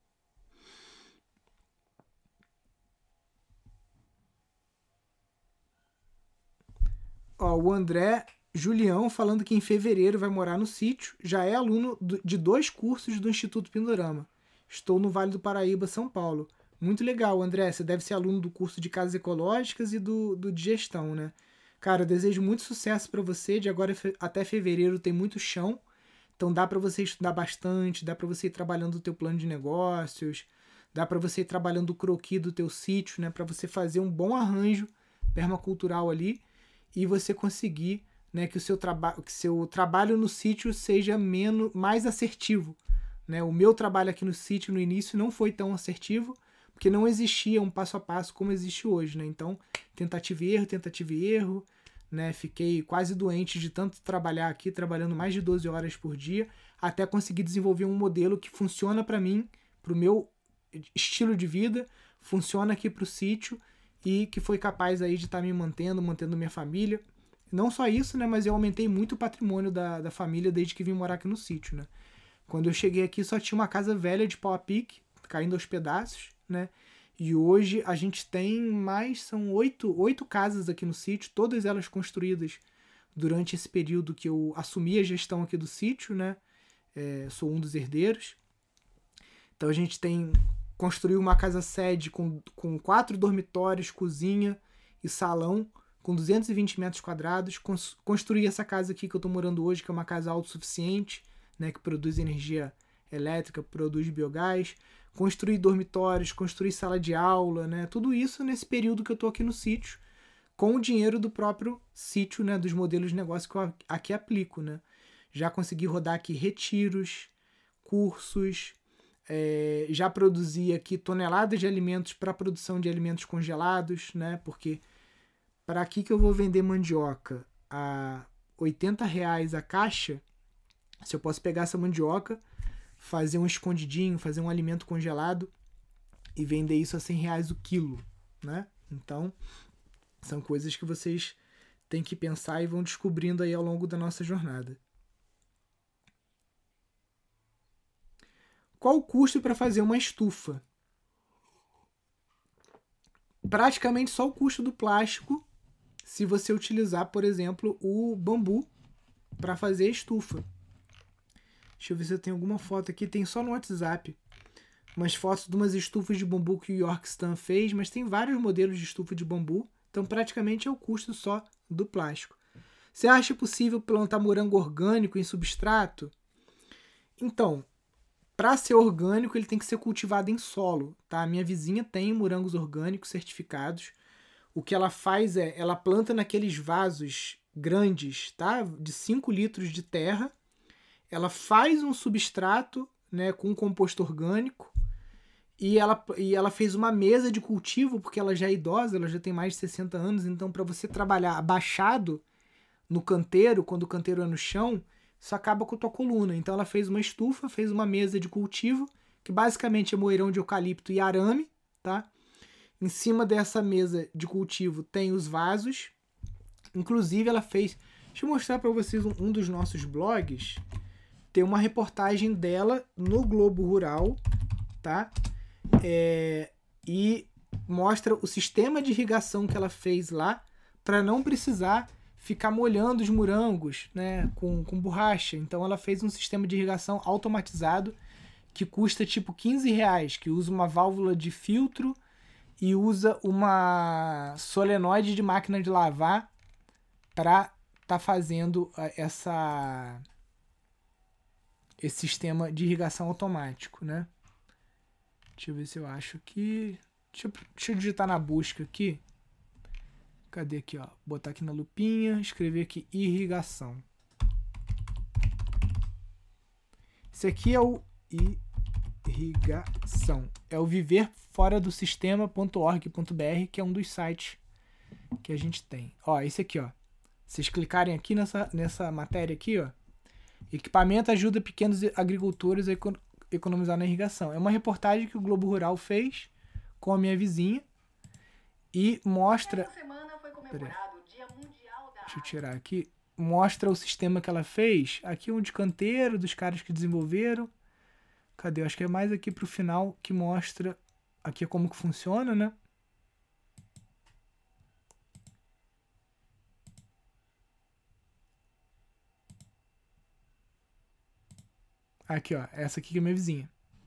Ó, o André Julião falando que em fevereiro vai morar no sítio, já é aluno de 2 cursos do Instituto Pindorama. Estou no Vale do Paraíba, São Paulo. Muito legal, André. Você deve ser aluno do curso de Casas Ecológicas e do de Gestão, né? Cara, eu desejo muito sucesso para você. De agora até fevereiro tem muito chão. Então dá para você estudar bastante, dá para você ir trabalhando o teu plano de negócios, dá para você ir trabalhando o croquis do teu sítio, né? Para você fazer um bom arranjo permacultural ali e você conseguir, né, que o seu trabalho no sítio seja mais assertivo, né? O meu trabalho aqui no sítio no início não foi tão assertivo, porque não existia um passo a passo como existe hoje, né? Então, tentativa e erro, né? Fiquei quase doente de tanto trabalhar aqui, trabalhando mais de 12 horas por dia, até conseguir desenvolver um modelo que funciona para mim, para o meu estilo de vida, funciona aqui para o sítio e que foi capaz aí de estar me mantendo minha família. Não só isso, né, mas eu aumentei muito o patrimônio da família desde que vim morar aqui no sítio, né. Quando eu cheguei aqui só tinha uma casa velha de pau a pique, caindo aos pedaços, né, e hoje a gente tem são 8 casas aqui no sítio, todas elas construídas durante esse período que eu assumi a gestão aqui do sítio, né, sou um dos herdeiros. Então a gente construiu uma casa-sede com 4 dormitórios, cozinha e salão, com 220 metros quadrados. Construí essa casa aqui que eu estou morando hoje, que é uma casa autossuficiente, né, que produz energia elétrica, produz biogás. Construí dormitórios, construí sala de aula, né, tudo isso nesse período que eu estou aqui no sítio, com o dinheiro do próprio sítio, né, dos modelos de negócio que eu aqui aplico, né. Já consegui rodar aqui retiros, cursos, já produzi aqui toneladas de alimentos para produção de alimentos congelados, né, porque para que eu vou vender mandioca a R$80 a caixa, se eu posso pegar essa mandioca, fazer um escondidinho, fazer um alimento congelado e vender isso a R$100 o quilo, né? Então, são coisas que vocês têm que pensar e vão descobrindo aí ao longo da nossa jornada. Qual o custo para fazer uma estufa? Praticamente só o custo do plástico, se você utilizar, por exemplo, o bambu para fazer a estufa. Deixa eu ver se eu tenho alguma foto aqui. Tem só no WhatsApp umas fotos de umas estufas de bambu que o York Stan fez, mas tem vários modelos de estufa de bambu, então praticamente é o custo só do plástico. Você acha possível plantar morango orgânico em substrato? Então, para ser orgânico, ele tem que ser cultivado em solo, tá? A minha vizinha tem morangos orgânicos certificados. O que ela faz é, ela planta naqueles vasos grandes, tá? De 5 litros de terra. Ela faz um substrato, né, com composto orgânico. E ela fez uma mesa de cultivo, porque ela já é idosa, ela já tem mais de 60 anos. Então, para você trabalhar abaixado no canteiro, quando o canteiro é no chão, isso acaba com a tua coluna. Então ela fez uma estufa, fez uma mesa de cultivo, que basicamente é moeirão de eucalipto e arame, tá? Em cima dessa mesa de cultivo tem os vasos. Inclusive ela fez... Deixa eu mostrar para vocês um dos nossos blogs. Tem uma reportagem dela no Globo Rural, tá? E mostra o sistema de irrigação que ela fez lá para não precisar ficar molhando os morangos, né, com borracha. Então ela fez um sistema de irrigação automatizado que custa tipo R$15, que usa uma válvula de filtro e usa uma solenoide de máquina de lavar para tá fazendo esse sistema de irrigação automático, né? Deixa eu ver se eu acho aqui. Deixa eu digitar na busca aqui. Cadê aqui, ó? Botar aqui na lupinha, escrever aqui irrigação. Esse aqui é o irrigação. É o viver fora do sistema.org.br, que é um dos sites que a gente tem. Ó, esse aqui, ó. Vocês clicarem aqui nessa matéria aqui, ó. Equipamento ajuda pequenos agricultores a economizar na irrigação. É uma reportagem que o Globo Rural fez com a minha vizinha e mostra... Deixa eu tirar aqui. Mostra o sistema que ela fez. Aqui é um de canteiro dos caras que desenvolveram. Cadê? Eu acho que é mais aqui pro final que mostra aqui como que funciona, né? Aqui, ó. Essa aqui que é minha vizinha.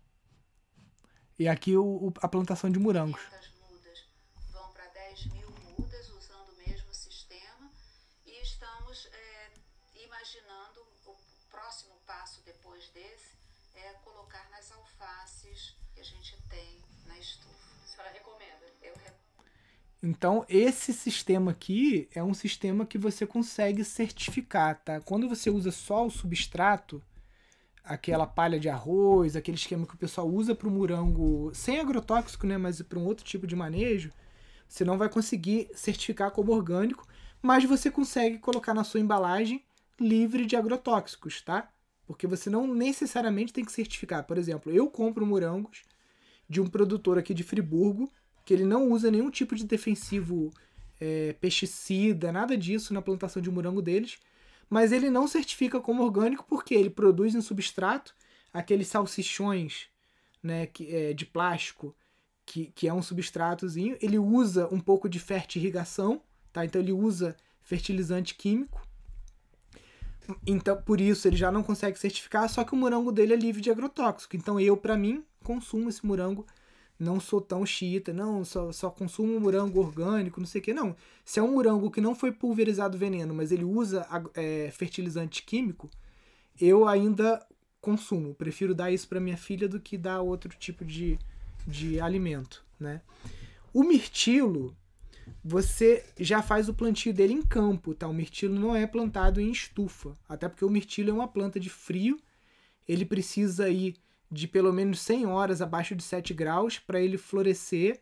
E aqui a plantação de morangos. Mudas vão para 10.000 mudas usando o mesmo sistema e estamos imaginando o próximo passo depois desse é colocar nas alfaces que a gente tem na estufa. A senhora recomenda? Eu recomendo. Então, esse sistema aqui é um sistema que você consegue certificar, tá? Quando você usa só o substrato, aquela palha de arroz, aquele esquema que o pessoal usa para o morango sem agrotóxico, né, mas para um outro tipo de manejo, você não vai conseguir certificar como orgânico, mas você consegue colocar na sua embalagem livre de agrotóxicos, tá? Porque você não necessariamente tem que certificar. Por exemplo, eu compro morangos de um produtor aqui de Friburgo, que ele não usa nenhum tipo de defensivo, pesticida, nada disso na plantação de morango deles, mas ele não certifica como orgânico porque ele produz em substrato aqueles salsichões, né, de plástico, que é um substratozinho. Ele usa um pouco de fertirrigação, tá? Então ele usa fertilizante químico. Então, por isso, ele já não consegue certificar, só que o morango dele é livre de agrotóxico. Então eu, para mim, consumo esse morango não sou tão xiita, não, só consumo morango orgânico, não sei o que. Não, se é um morango que não foi pulverizado veneno, mas ele usa fertilizante químico, eu ainda consumo. Prefiro dar isso para minha filha do que dar outro tipo de alimento, né? O mirtilo, você já faz o plantio dele em campo, tá? O mirtilo não é plantado em estufa, até porque o mirtilo é uma planta de frio, ele precisa ir de pelo menos 100 horas abaixo de 7 graus para ele florescer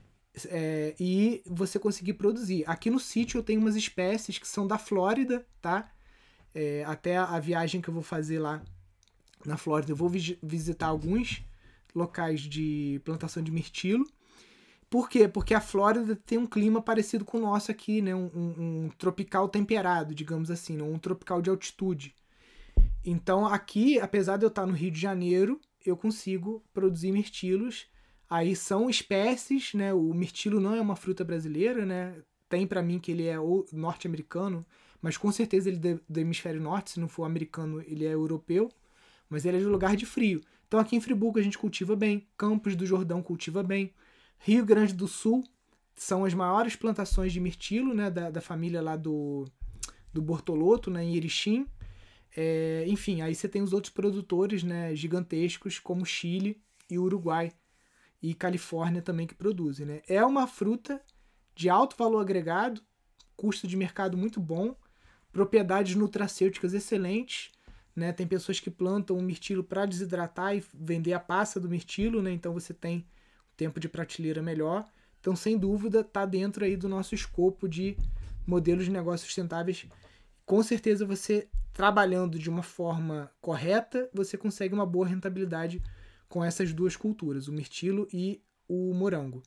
e você conseguir produzir. Aqui no sítio eu tenho umas espécies que são da Flórida, tá? Até a viagem que eu vou fazer lá na Flórida, eu vou visitar alguns locais de plantação de mirtilo. Por quê? Porque a Flórida tem um clima parecido com o nosso aqui, né? Um tropical temperado, digamos assim, um tropical de altitude. Então aqui, apesar de eu estar no Rio de Janeiro, eu consigo produzir mirtilos. Aí são espécies, né? O mirtilo não é uma fruta brasileira, né? Tem para mim que ele é norte-americano, mas com certeza ele é do hemisfério norte, se não for americano, ele é europeu, mas ele é de lugar de frio. Então aqui em Friburgo a gente cultiva bem, Campos do Jordão cultiva bem, Rio Grande do Sul são as maiores plantações de mirtilo, né? Da família lá do Bortoloto, né? Em Erechim. Enfim, aí você tem os outros produtores, né, gigantescos como Chile e Uruguai e Califórnia também que produzem, né? É uma fruta de alto valor agregado, custo de mercado muito bom, propriedades nutracêuticas excelentes, né? Tem pessoas que plantam o mirtilo para desidratar e vender a passa do mirtilo, né? Então você tem um tempo de prateleira melhor. Então, sem dúvida, está dentro aí do nosso escopo de modelos de negócios sustentáveis. Com certeza você trabalhando de uma forma correta, você consegue uma boa rentabilidade com essas duas culturas, o mirtilo e o morango.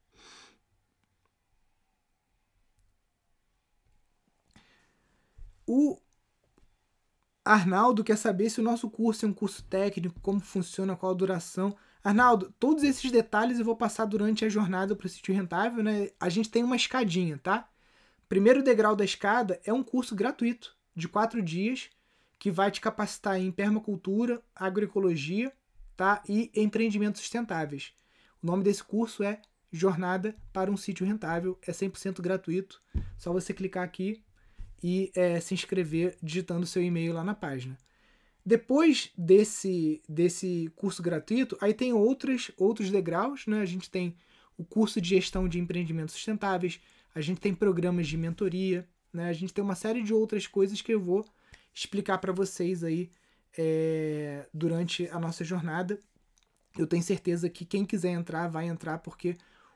O Arnaldo quer saber se o nosso curso é um curso técnico, como funciona, qual a duração. Arnaldo, todos esses detalhes eu vou passar durante a jornada para o Sítio Rentável, né? A gente tem uma escadinha, tá? Primeiro degrau da escada é um curso gratuito de 4 dias que vai te capacitar em permacultura, agroecologia, tá? E empreendimentos sustentáveis. O nome desse curso é Jornada para um Sítio Rentável, é 100% gratuito. Só você clicar aqui e se inscrever digitando seu e-mail lá na página. Depois desse curso gratuito, aí tem outros degraus, né? A gente tem o curso de gestão de empreendimentos sustentáveis, a gente tem programas de mentoria, né? A gente tem uma série de outras coisas que eu vou explicar para vocês aí durante a nossa jornada. Eu tenho certeza que quem quiser entrar, vai entrar, porque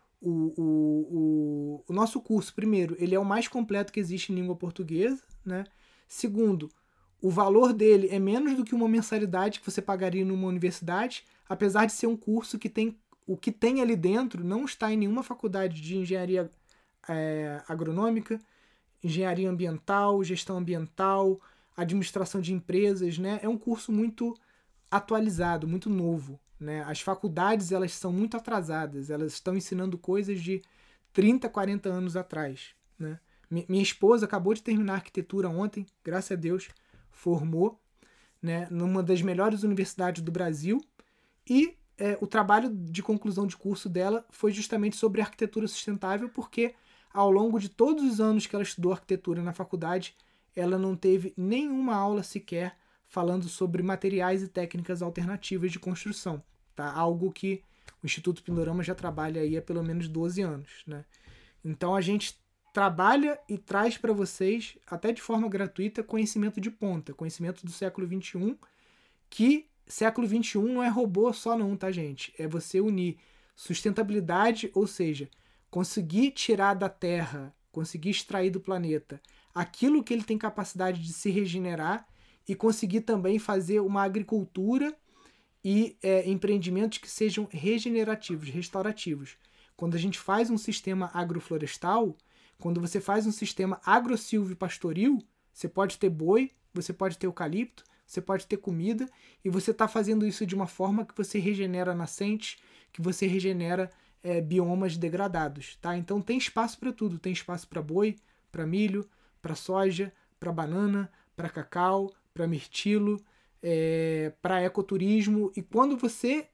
o nosso curso, primeiro, ele é o mais completo que existe em língua portuguesa, né? Segundo, o valor dele é menos do que uma mensalidade que você pagaria numa universidade, apesar de ser um curso que tem o que tem ali dentro não está em nenhuma faculdade de engenharia agronômica, engenharia ambiental, gestão ambiental, administração de empresas, né? É um curso muito atualizado, muito novo, né? As faculdades, elas são muito atrasadas, elas estão ensinando coisas de 30, 40 anos atrás, né? Minha esposa acabou de terminar arquitetura ontem, graças a Deus, formou, né, numa das melhores universidades do Brasil, e o trabalho de conclusão de curso dela foi justamente sobre arquitetura sustentável, porque ao longo de todos os anos que ela estudou arquitetura na faculdade, ela não teve nenhuma aula sequer falando sobre materiais e técnicas alternativas de construção, tá? Algo que o Instituto Pindorama já trabalha aí há pelo menos 12 anos, né? Então a gente trabalha e traz para vocês, até de forma gratuita, conhecimento de ponta, conhecimento do século XXI, que século XXI não é robô só não, tá, gente? É você unir sustentabilidade, ou seja, conseguir tirar da Terra, conseguir extrair do planeta aquilo que ele tem capacidade de se regenerar e conseguir também fazer uma agricultura e empreendimentos que sejam regenerativos, restaurativos. Quando a gente faz um sistema agroflorestal, quando você faz um sistema agro-silvio-pastoril, você pode ter boi, você pode ter eucalipto, você pode ter comida, e você está fazendo isso de uma forma que você regenera nascentes, que você regenera biomas degradados, tá? Então tem espaço para tudo, tem espaço para boi, para milho, para soja, para banana, para cacau, para mirtilo, para ecoturismo. E quando você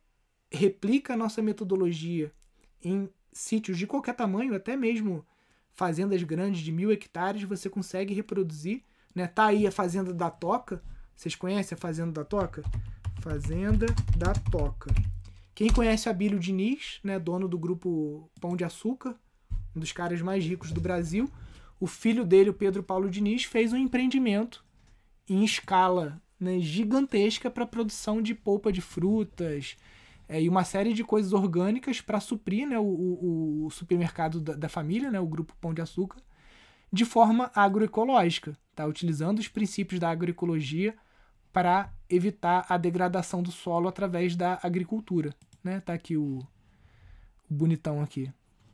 replica a nossa metodologia em sítios de qualquer tamanho, até mesmo fazendas grandes de 1.000 hectares, você consegue reproduzir, né? Tá aí a Fazenda da Toca. Vocês conhecem a Fazenda da Toca? Fazenda da Toca. Quem conhece Abílio Diniz, né, dono do grupo Pão de Açúcar, um dos caras mais ricos do Brasil, o filho dele, o Pedro Paulo Diniz, fez um empreendimento em escala, né, gigantesca para produção de polpa de frutas e uma série de coisas orgânicas para suprir, né, o supermercado da família, né, o grupo Pão de Açúcar, de forma agroecológica, tá? Utilizando os princípios da agroecologia para evitar a degradação do solo através da agricultura, né? Tá aqui o bonitão aqui.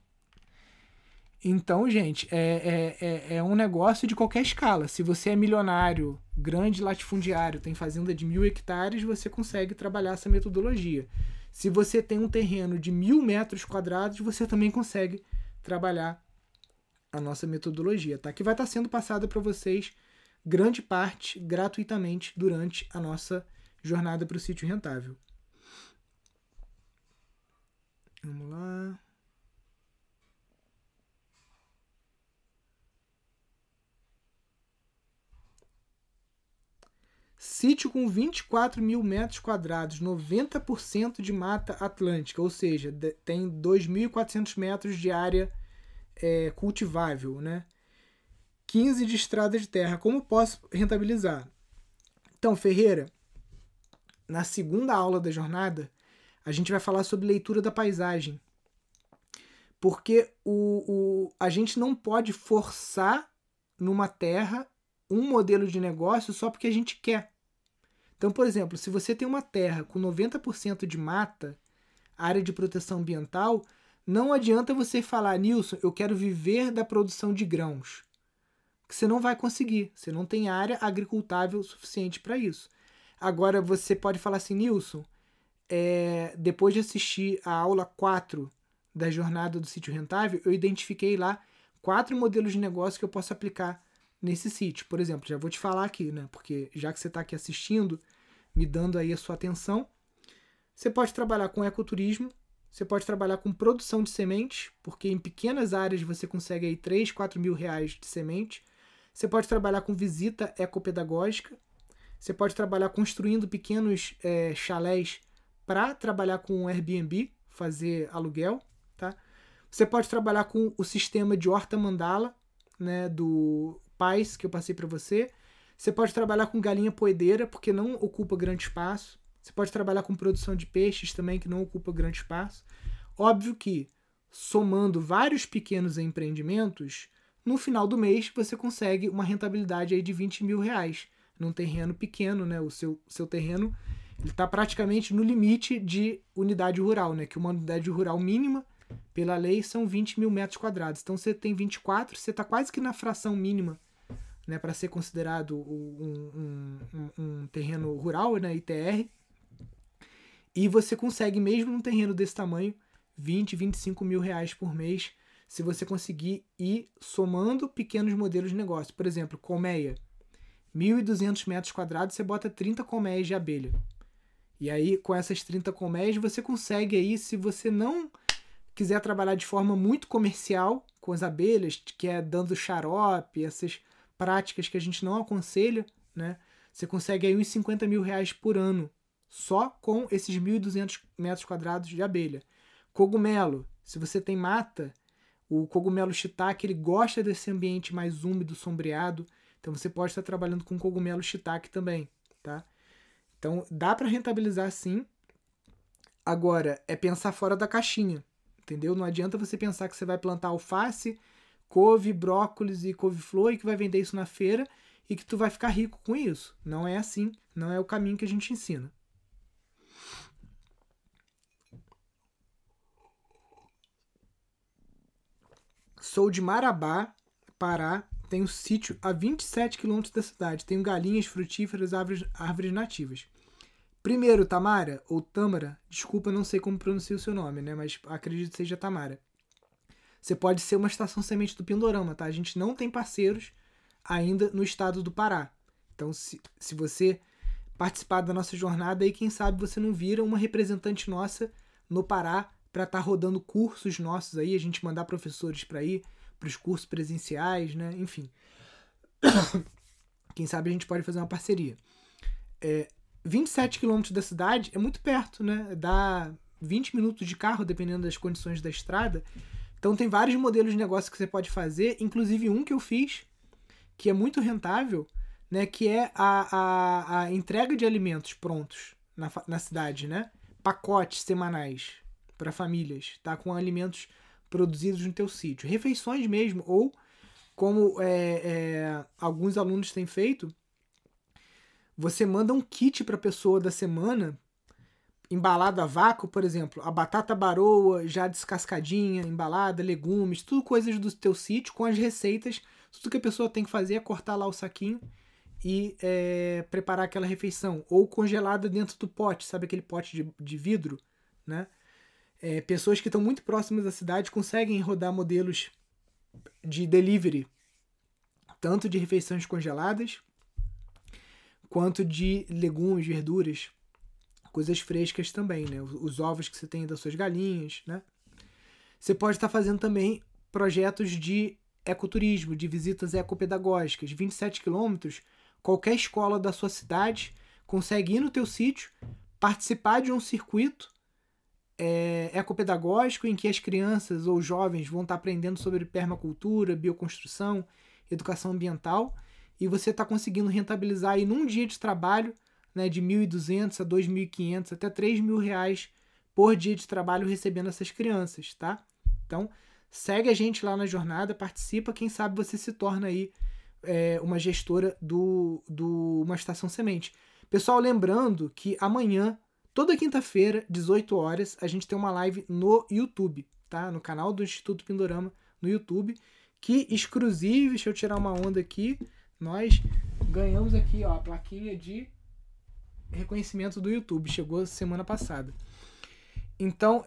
Então, gente, é um negócio de qualquer escala. Se você é milionário, grande latifundiário, tem fazenda de 1.000 hectares, você consegue trabalhar essa metodologia. Se você tem um terreno de 1.000 metros quadrados, você também consegue trabalhar a nossa metodologia, tá? Que vai estar sendo passada para vocês, grande parte, gratuitamente, durante a nossa jornada para o sítio rentável. Vamos lá. Sítio com 24.000 metros quadrados, 90% de mata atlântica, ou seja, tem 2.400 metros de área cultivável, né? 15 de estrada de terra. Como posso rentabilizar? Então, Ferreira, na segunda aula da jornada, a gente vai falar sobre leitura da paisagem. Porque a gente não pode forçar numa terra um modelo de negócio só porque a gente quer. Então, por exemplo, se você tem uma terra com 90% de mata, área de proteção ambiental, não adianta você falar, Nilson, eu quero viver da produção de grãos. Porque você não vai conseguir. Você não tem área agricultável suficiente para isso. Agora, você pode falar assim, Nilson, depois de assistir a aula 4 da jornada do sítio rentável, eu identifiquei lá 4 modelos de negócio que eu posso aplicar nesse sítio. Por exemplo, já vou te falar aqui, né? Porque já que você está aqui assistindo, me dando aí a sua atenção, você pode trabalhar com ecoturismo, você pode trabalhar com produção de sementes, porque em pequenas áreas você consegue aí 3, 4 mil reais de semente. Você pode trabalhar com visita ecopedagógica, você pode trabalhar construindo pequenos chalés para trabalhar com Airbnb, fazer aluguel, tá? Você pode trabalhar com o sistema de horta mandala, né, do Pais, que eu passei para você. Você pode trabalhar com galinha poedeira, porque não ocupa grande espaço. Você pode trabalhar com produção de peixes também, que não ocupa grande espaço. Óbvio que, somando vários pequenos empreendimentos, no final do mês você consegue uma rentabilidade aí de 20 mil reais num terreno pequeno, né? O seu terreno está praticamente no limite de unidade rural, né? Que uma unidade rural mínima, pela lei, são 20 mil metros quadrados. Então você tem 24, você está quase que na fração mínima, né, para ser considerado um terreno rural, né, ITR. E você consegue, mesmo num terreno desse tamanho, 20, 25 mil reais por mês, se você conseguir ir somando pequenos modelos de negócio. Por exemplo, colmeia. 1.200 metros quadrados, você bota 30 colmeias de abelha. E aí, com essas 30 colmeias, você consegue aí, se você não quiser trabalhar de forma muito comercial com as abelhas, que é dando xarope, essas práticas que a gente não aconselha, né? Você consegue aí uns 50 mil reais por ano, só com esses 1.200 metros quadrados de abelha. Cogumelo, se você tem mata, o cogumelo shiitake, ele gosta desse ambiente mais úmido, sombreado, então você pode estar trabalhando com cogumelo shiitake também, tá? Então dá para rentabilizar sim. Agora, é pensar fora da caixinha, entendeu? Não adianta você pensar que você vai plantar alface, couve, brócolis e couve-flor e que vai vender isso na feira e que tu vai ficar rico com isso. Não é assim, não é o caminho que a gente ensina. Sou de Marabá, Pará, tenho sítio a 27 quilômetros da cidade, tenho galinhas, frutíferas, árvores nativas. Primeiro, Tamara, ou Tâmara, desculpa, não sei como pronunciar o seu nome, né? Mas acredito que seja Tamara. Você pode ser uma estação semente do Pindorama, tá? A gente não tem parceiros ainda no estado do Pará. Então, se você participar da nossa jornada, aí quem sabe você não vira uma representante nossa no Pará para estar rodando cursos nossos aí, a gente mandar professores para ir para os cursos presenciais, né? Enfim. Quem sabe a gente pode fazer uma parceria. 27 quilômetros da cidade é muito perto, né? Dá 20 minutos de carro, dependendo das condições da estrada. Então tem vários modelos de negócio que você pode fazer, inclusive um que eu fiz, que é muito rentável, né? Que é a entrega de alimentos prontos na cidade, né? Pacotes semanais para famílias, tá? Com alimentos produzidos no teu sítio. Refeições mesmo, ou como alguns alunos têm feito, você manda um kit para a pessoa da semana, embalado a vácuo, por exemplo, a batata baroa já descascadinha, embalada, legumes, tudo coisas do teu sítio com as receitas. Tudo que a pessoa tem que fazer é cortar lá o saquinho e preparar aquela refeição. Ou congelada dentro do pote, sabe aquele pote de vidro, né? Pessoas que estão muito próximas da cidade conseguem rodar modelos de delivery, tanto de refeições congeladas, quanto de legumes, verduras, coisas frescas também, né? Os ovos que você tem das suas galinhas, né? Você pode estar fazendo também projetos de ecoturismo, de visitas ecopedagógicas. 27 quilômetros, qualquer escola da sua cidade consegue ir no teu sítio, participar de um circuito ecopedagógico em que as crianças ou jovens vão estar aprendendo sobre permacultura, bioconstrução, educação ambiental, e você está conseguindo rentabilizar aí num dia de trabalho, né, de 1.200 a 2.500 até 3.000 reais por dia de trabalho recebendo essas crianças, tá? Então, segue a gente lá na jornada, participa, quem sabe você se torna aí uma gestora do uma estação semente. Pessoal, lembrando que amanhã, toda quinta-feira, 18 horas, a gente tem uma live no YouTube, tá? No canal do Instituto Pindorama, no YouTube, que exclusive, deixa eu tirar uma onda aqui, nós ganhamos aqui, ó, a plaquinha de reconhecimento do YouTube, chegou semana passada. Então,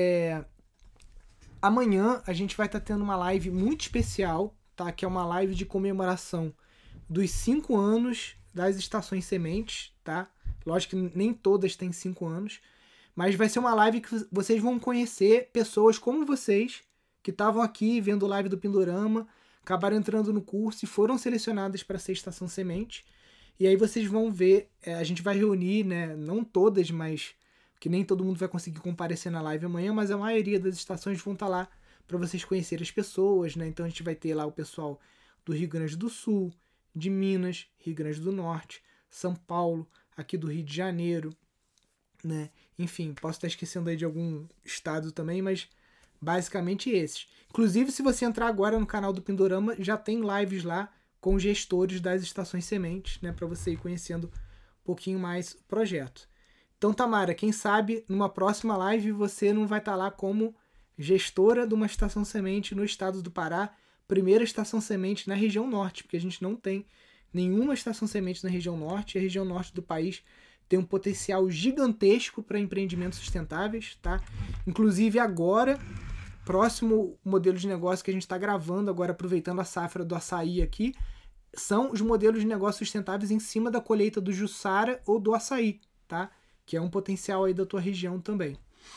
amanhã a gente vai estar tendo uma live muito especial, tá? Que é uma live de comemoração dos 5 anos das estações sementes, tá? Lógico que nem todas têm 5 anos, mas vai ser uma live que vocês vão conhecer pessoas como vocês, que estavam aqui vendo live do Pindorama, acabaram entrando no curso e foram selecionadas para ser estação semente. E aí vocês vão ver, a gente vai reunir, né? Não todas, mas que nem todo mundo vai conseguir comparecer na live amanhã, mas a maioria das estações vão estar lá para vocês conhecerem as pessoas, né? Então a gente vai ter lá o pessoal do Rio Grande do Sul, de Minas, Rio Grande do Norte, São Paulo, aqui do Rio de Janeiro, né? Enfim, posso estar esquecendo aí de algum estado também, mas basicamente esses. Inclusive, se você entrar agora no canal do Pindorama, já tem lives lá com gestores das estações sementes, né? Para você ir conhecendo um pouquinho mais o projeto. Então, Tamara, quem sabe numa próxima live você não vai estar lá como gestora de uma estação semente no estado do Pará, primeira estação semente na região norte, porque a gente não tem nenhuma estação semente na região norte, e a região norte do país tem um potencial gigantesco para empreendimentos sustentáveis, tá? Inclusive agora, próximo modelo de negócio que a gente está gravando agora, aproveitando a safra do açaí aqui, são os modelos de negócio sustentáveis em cima da colheita do jussara ou do açaí, tá? Que é um potencial aí da tua região também.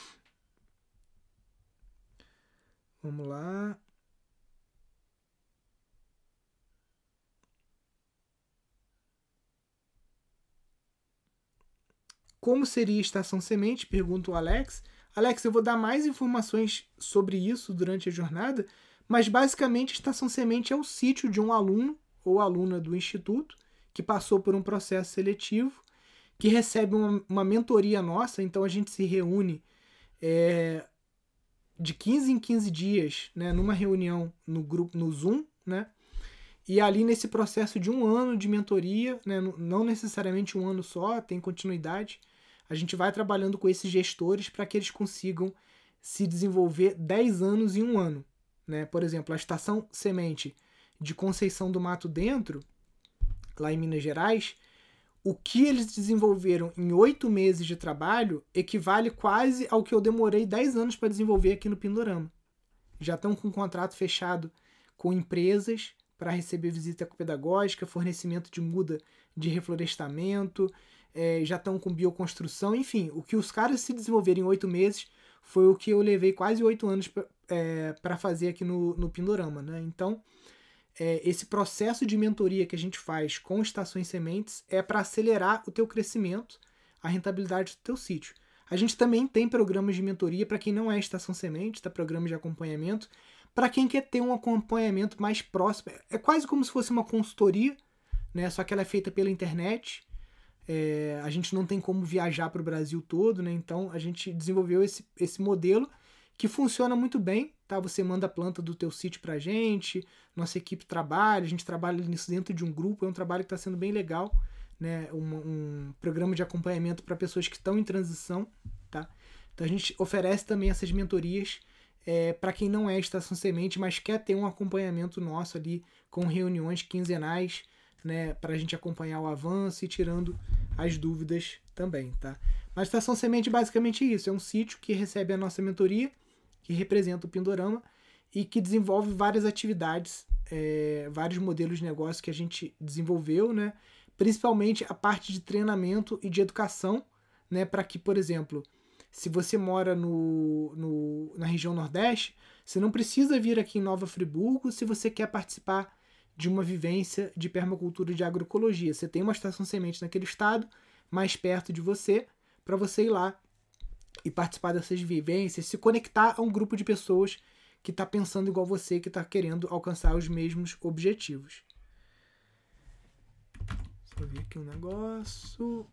Vamos lá. Como seria a estação semente? Pergunta o Alex. Alex, eu vou dar mais informações sobre isso durante a jornada, mas basicamente a estação semente é o sítio de um aluno ou aluna do instituto que passou por um processo seletivo, que recebe uma mentoria nossa, então a gente se reúne de 15 em 15 dias, né, numa reunião no grupo, no Zoom, né? E ali nesse processo de 1 ano de mentoria, né, não necessariamente 1 ano só, tem continuidade, a gente vai trabalhando com esses gestores para que eles consigam se desenvolver 10 anos em 1 ano. Né? Por exemplo, a estação semente de Conceição do Mato Dentro, lá em Minas Gerais, o que eles desenvolveram em 8 meses de trabalho equivale quase ao que eu demorei 10 anos para desenvolver aqui no Pindorama. Já estão com um contrato fechado com empresas para receber visita ecopedagógica, fornecimento de muda de reflorestamento, já estão com bioconstrução, enfim, o que os caras se desenvolverem em 8 meses, foi o que eu levei quase 8 anos para fazer aqui no Pindorama, né? Então, esse processo de mentoria que a gente faz com Estações Sementes é para acelerar o teu crescimento, a rentabilidade do teu sítio. A gente também tem programas de mentoria para quem não é Estação Semente, tá? Programas de acompanhamento, para quem quer ter um acompanhamento mais próximo. É quase como se fosse uma consultoria, né? Só que ela é feita pela internet. A gente não tem como viajar para o Brasil todo, né? Então a gente desenvolveu esse modelo que funciona muito bem, tá? Você manda a planta do teu sítio pra gente, nossa equipe trabalha, a gente trabalha nisso dentro de um grupo, é um trabalho que está sendo bem legal, né? Um programa de acompanhamento para pessoas que estão em transição, tá? Então a gente oferece também essas mentorias para quem não é Estação Semente, mas quer ter um acompanhamento nosso ali com reuniões quinzenais, né, para a gente acompanhar o avanço e tirando as dúvidas também, tá? Mas Estação Semente basicamente isso, é um sítio que recebe a nossa mentoria, que representa o Pindorama e que desenvolve várias atividades, vários modelos de negócio que a gente desenvolveu, né? Principalmente a parte de treinamento e de educação, né? Para que, por exemplo, se você mora na região Nordeste, você não precisa vir aqui em Nova Friburgo se você quer participar de uma vivência de permacultura e de agroecologia. Você tem uma Estação Semente naquele estado, mais perto de você, para você ir lá e participar dessas vivências, se conectar a um grupo de pessoas que está pensando igual você, que está querendo alcançar os mesmos objetivos. Deixa eu ver aqui um negócio.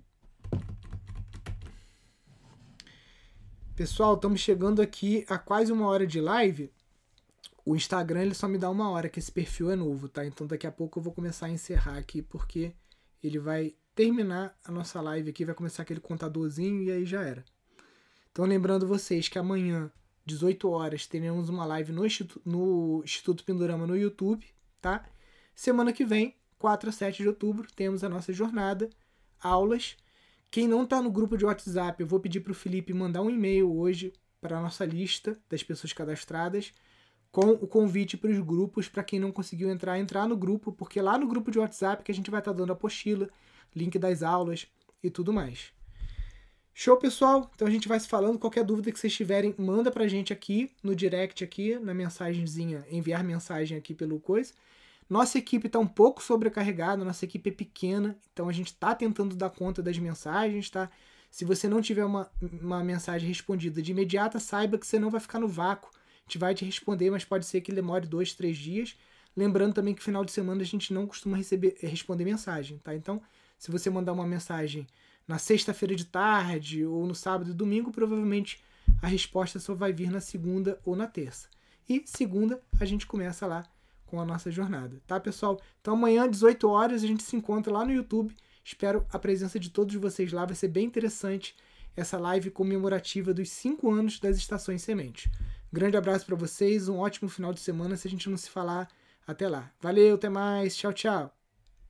Pessoal, estamos chegando aqui a quase 1 hora de live. O Instagram ele só me dá 1 hora, que esse perfil é novo, tá? Então daqui a pouco eu vou começar a encerrar aqui, porque ele vai terminar a nossa live aqui, vai começar aquele contadorzinho e aí já era. Então lembrando vocês que amanhã, 18 horas, teremos uma live no Instituto Pindorama no YouTube, tá? Semana que vem, 4 a 7 de outubro, temos a nossa jornada, aulas. Quem não está no grupo de WhatsApp, eu vou pedir para o Felipe mandar um e-mail hoje para a nossa lista das pessoas cadastradas, com o convite para os grupos, para quem não conseguiu entrar no grupo, porque lá no grupo de WhatsApp que a gente vai estar dando a apostila, link das aulas e tudo mais. Show, pessoal? Então a gente vai se falando. Qualquer dúvida que vocês tiverem, manda pra gente aqui no direct, aqui na mensagenzinha, enviar mensagem aqui pelo coisa. Nossa equipe está um pouco sobrecarregada, nossa equipe é pequena, então a gente está tentando dar conta das mensagens, tá? Se você não tiver uma mensagem respondida de imediata, saiba que você não vai ficar no vácuo. A gente vai te responder, mas pode ser que demore 2, 3 dias. Lembrando também que final de semana a gente não costuma responder mensagem, tá? Então, se você mandar uma mensagem na sexta-feira de tarde ou no sábado e domingo, provavelmente a resposta só vai vir na segunda ou na terça. E segunda a gente começa lá com a nossa jornada, tá, pessoal? Então amanhã, 18 horas, a gente se encontra lá no YouTube. Espero a presença de todos vocês lá. Vai ser bem interessante essa live comemorativa dos 5 anos das Estações Semente. Grande abraço para vocês, um ótimo final de semana. Se a gente não se falar, até lá. Valeu, até mais, tchau, tchau.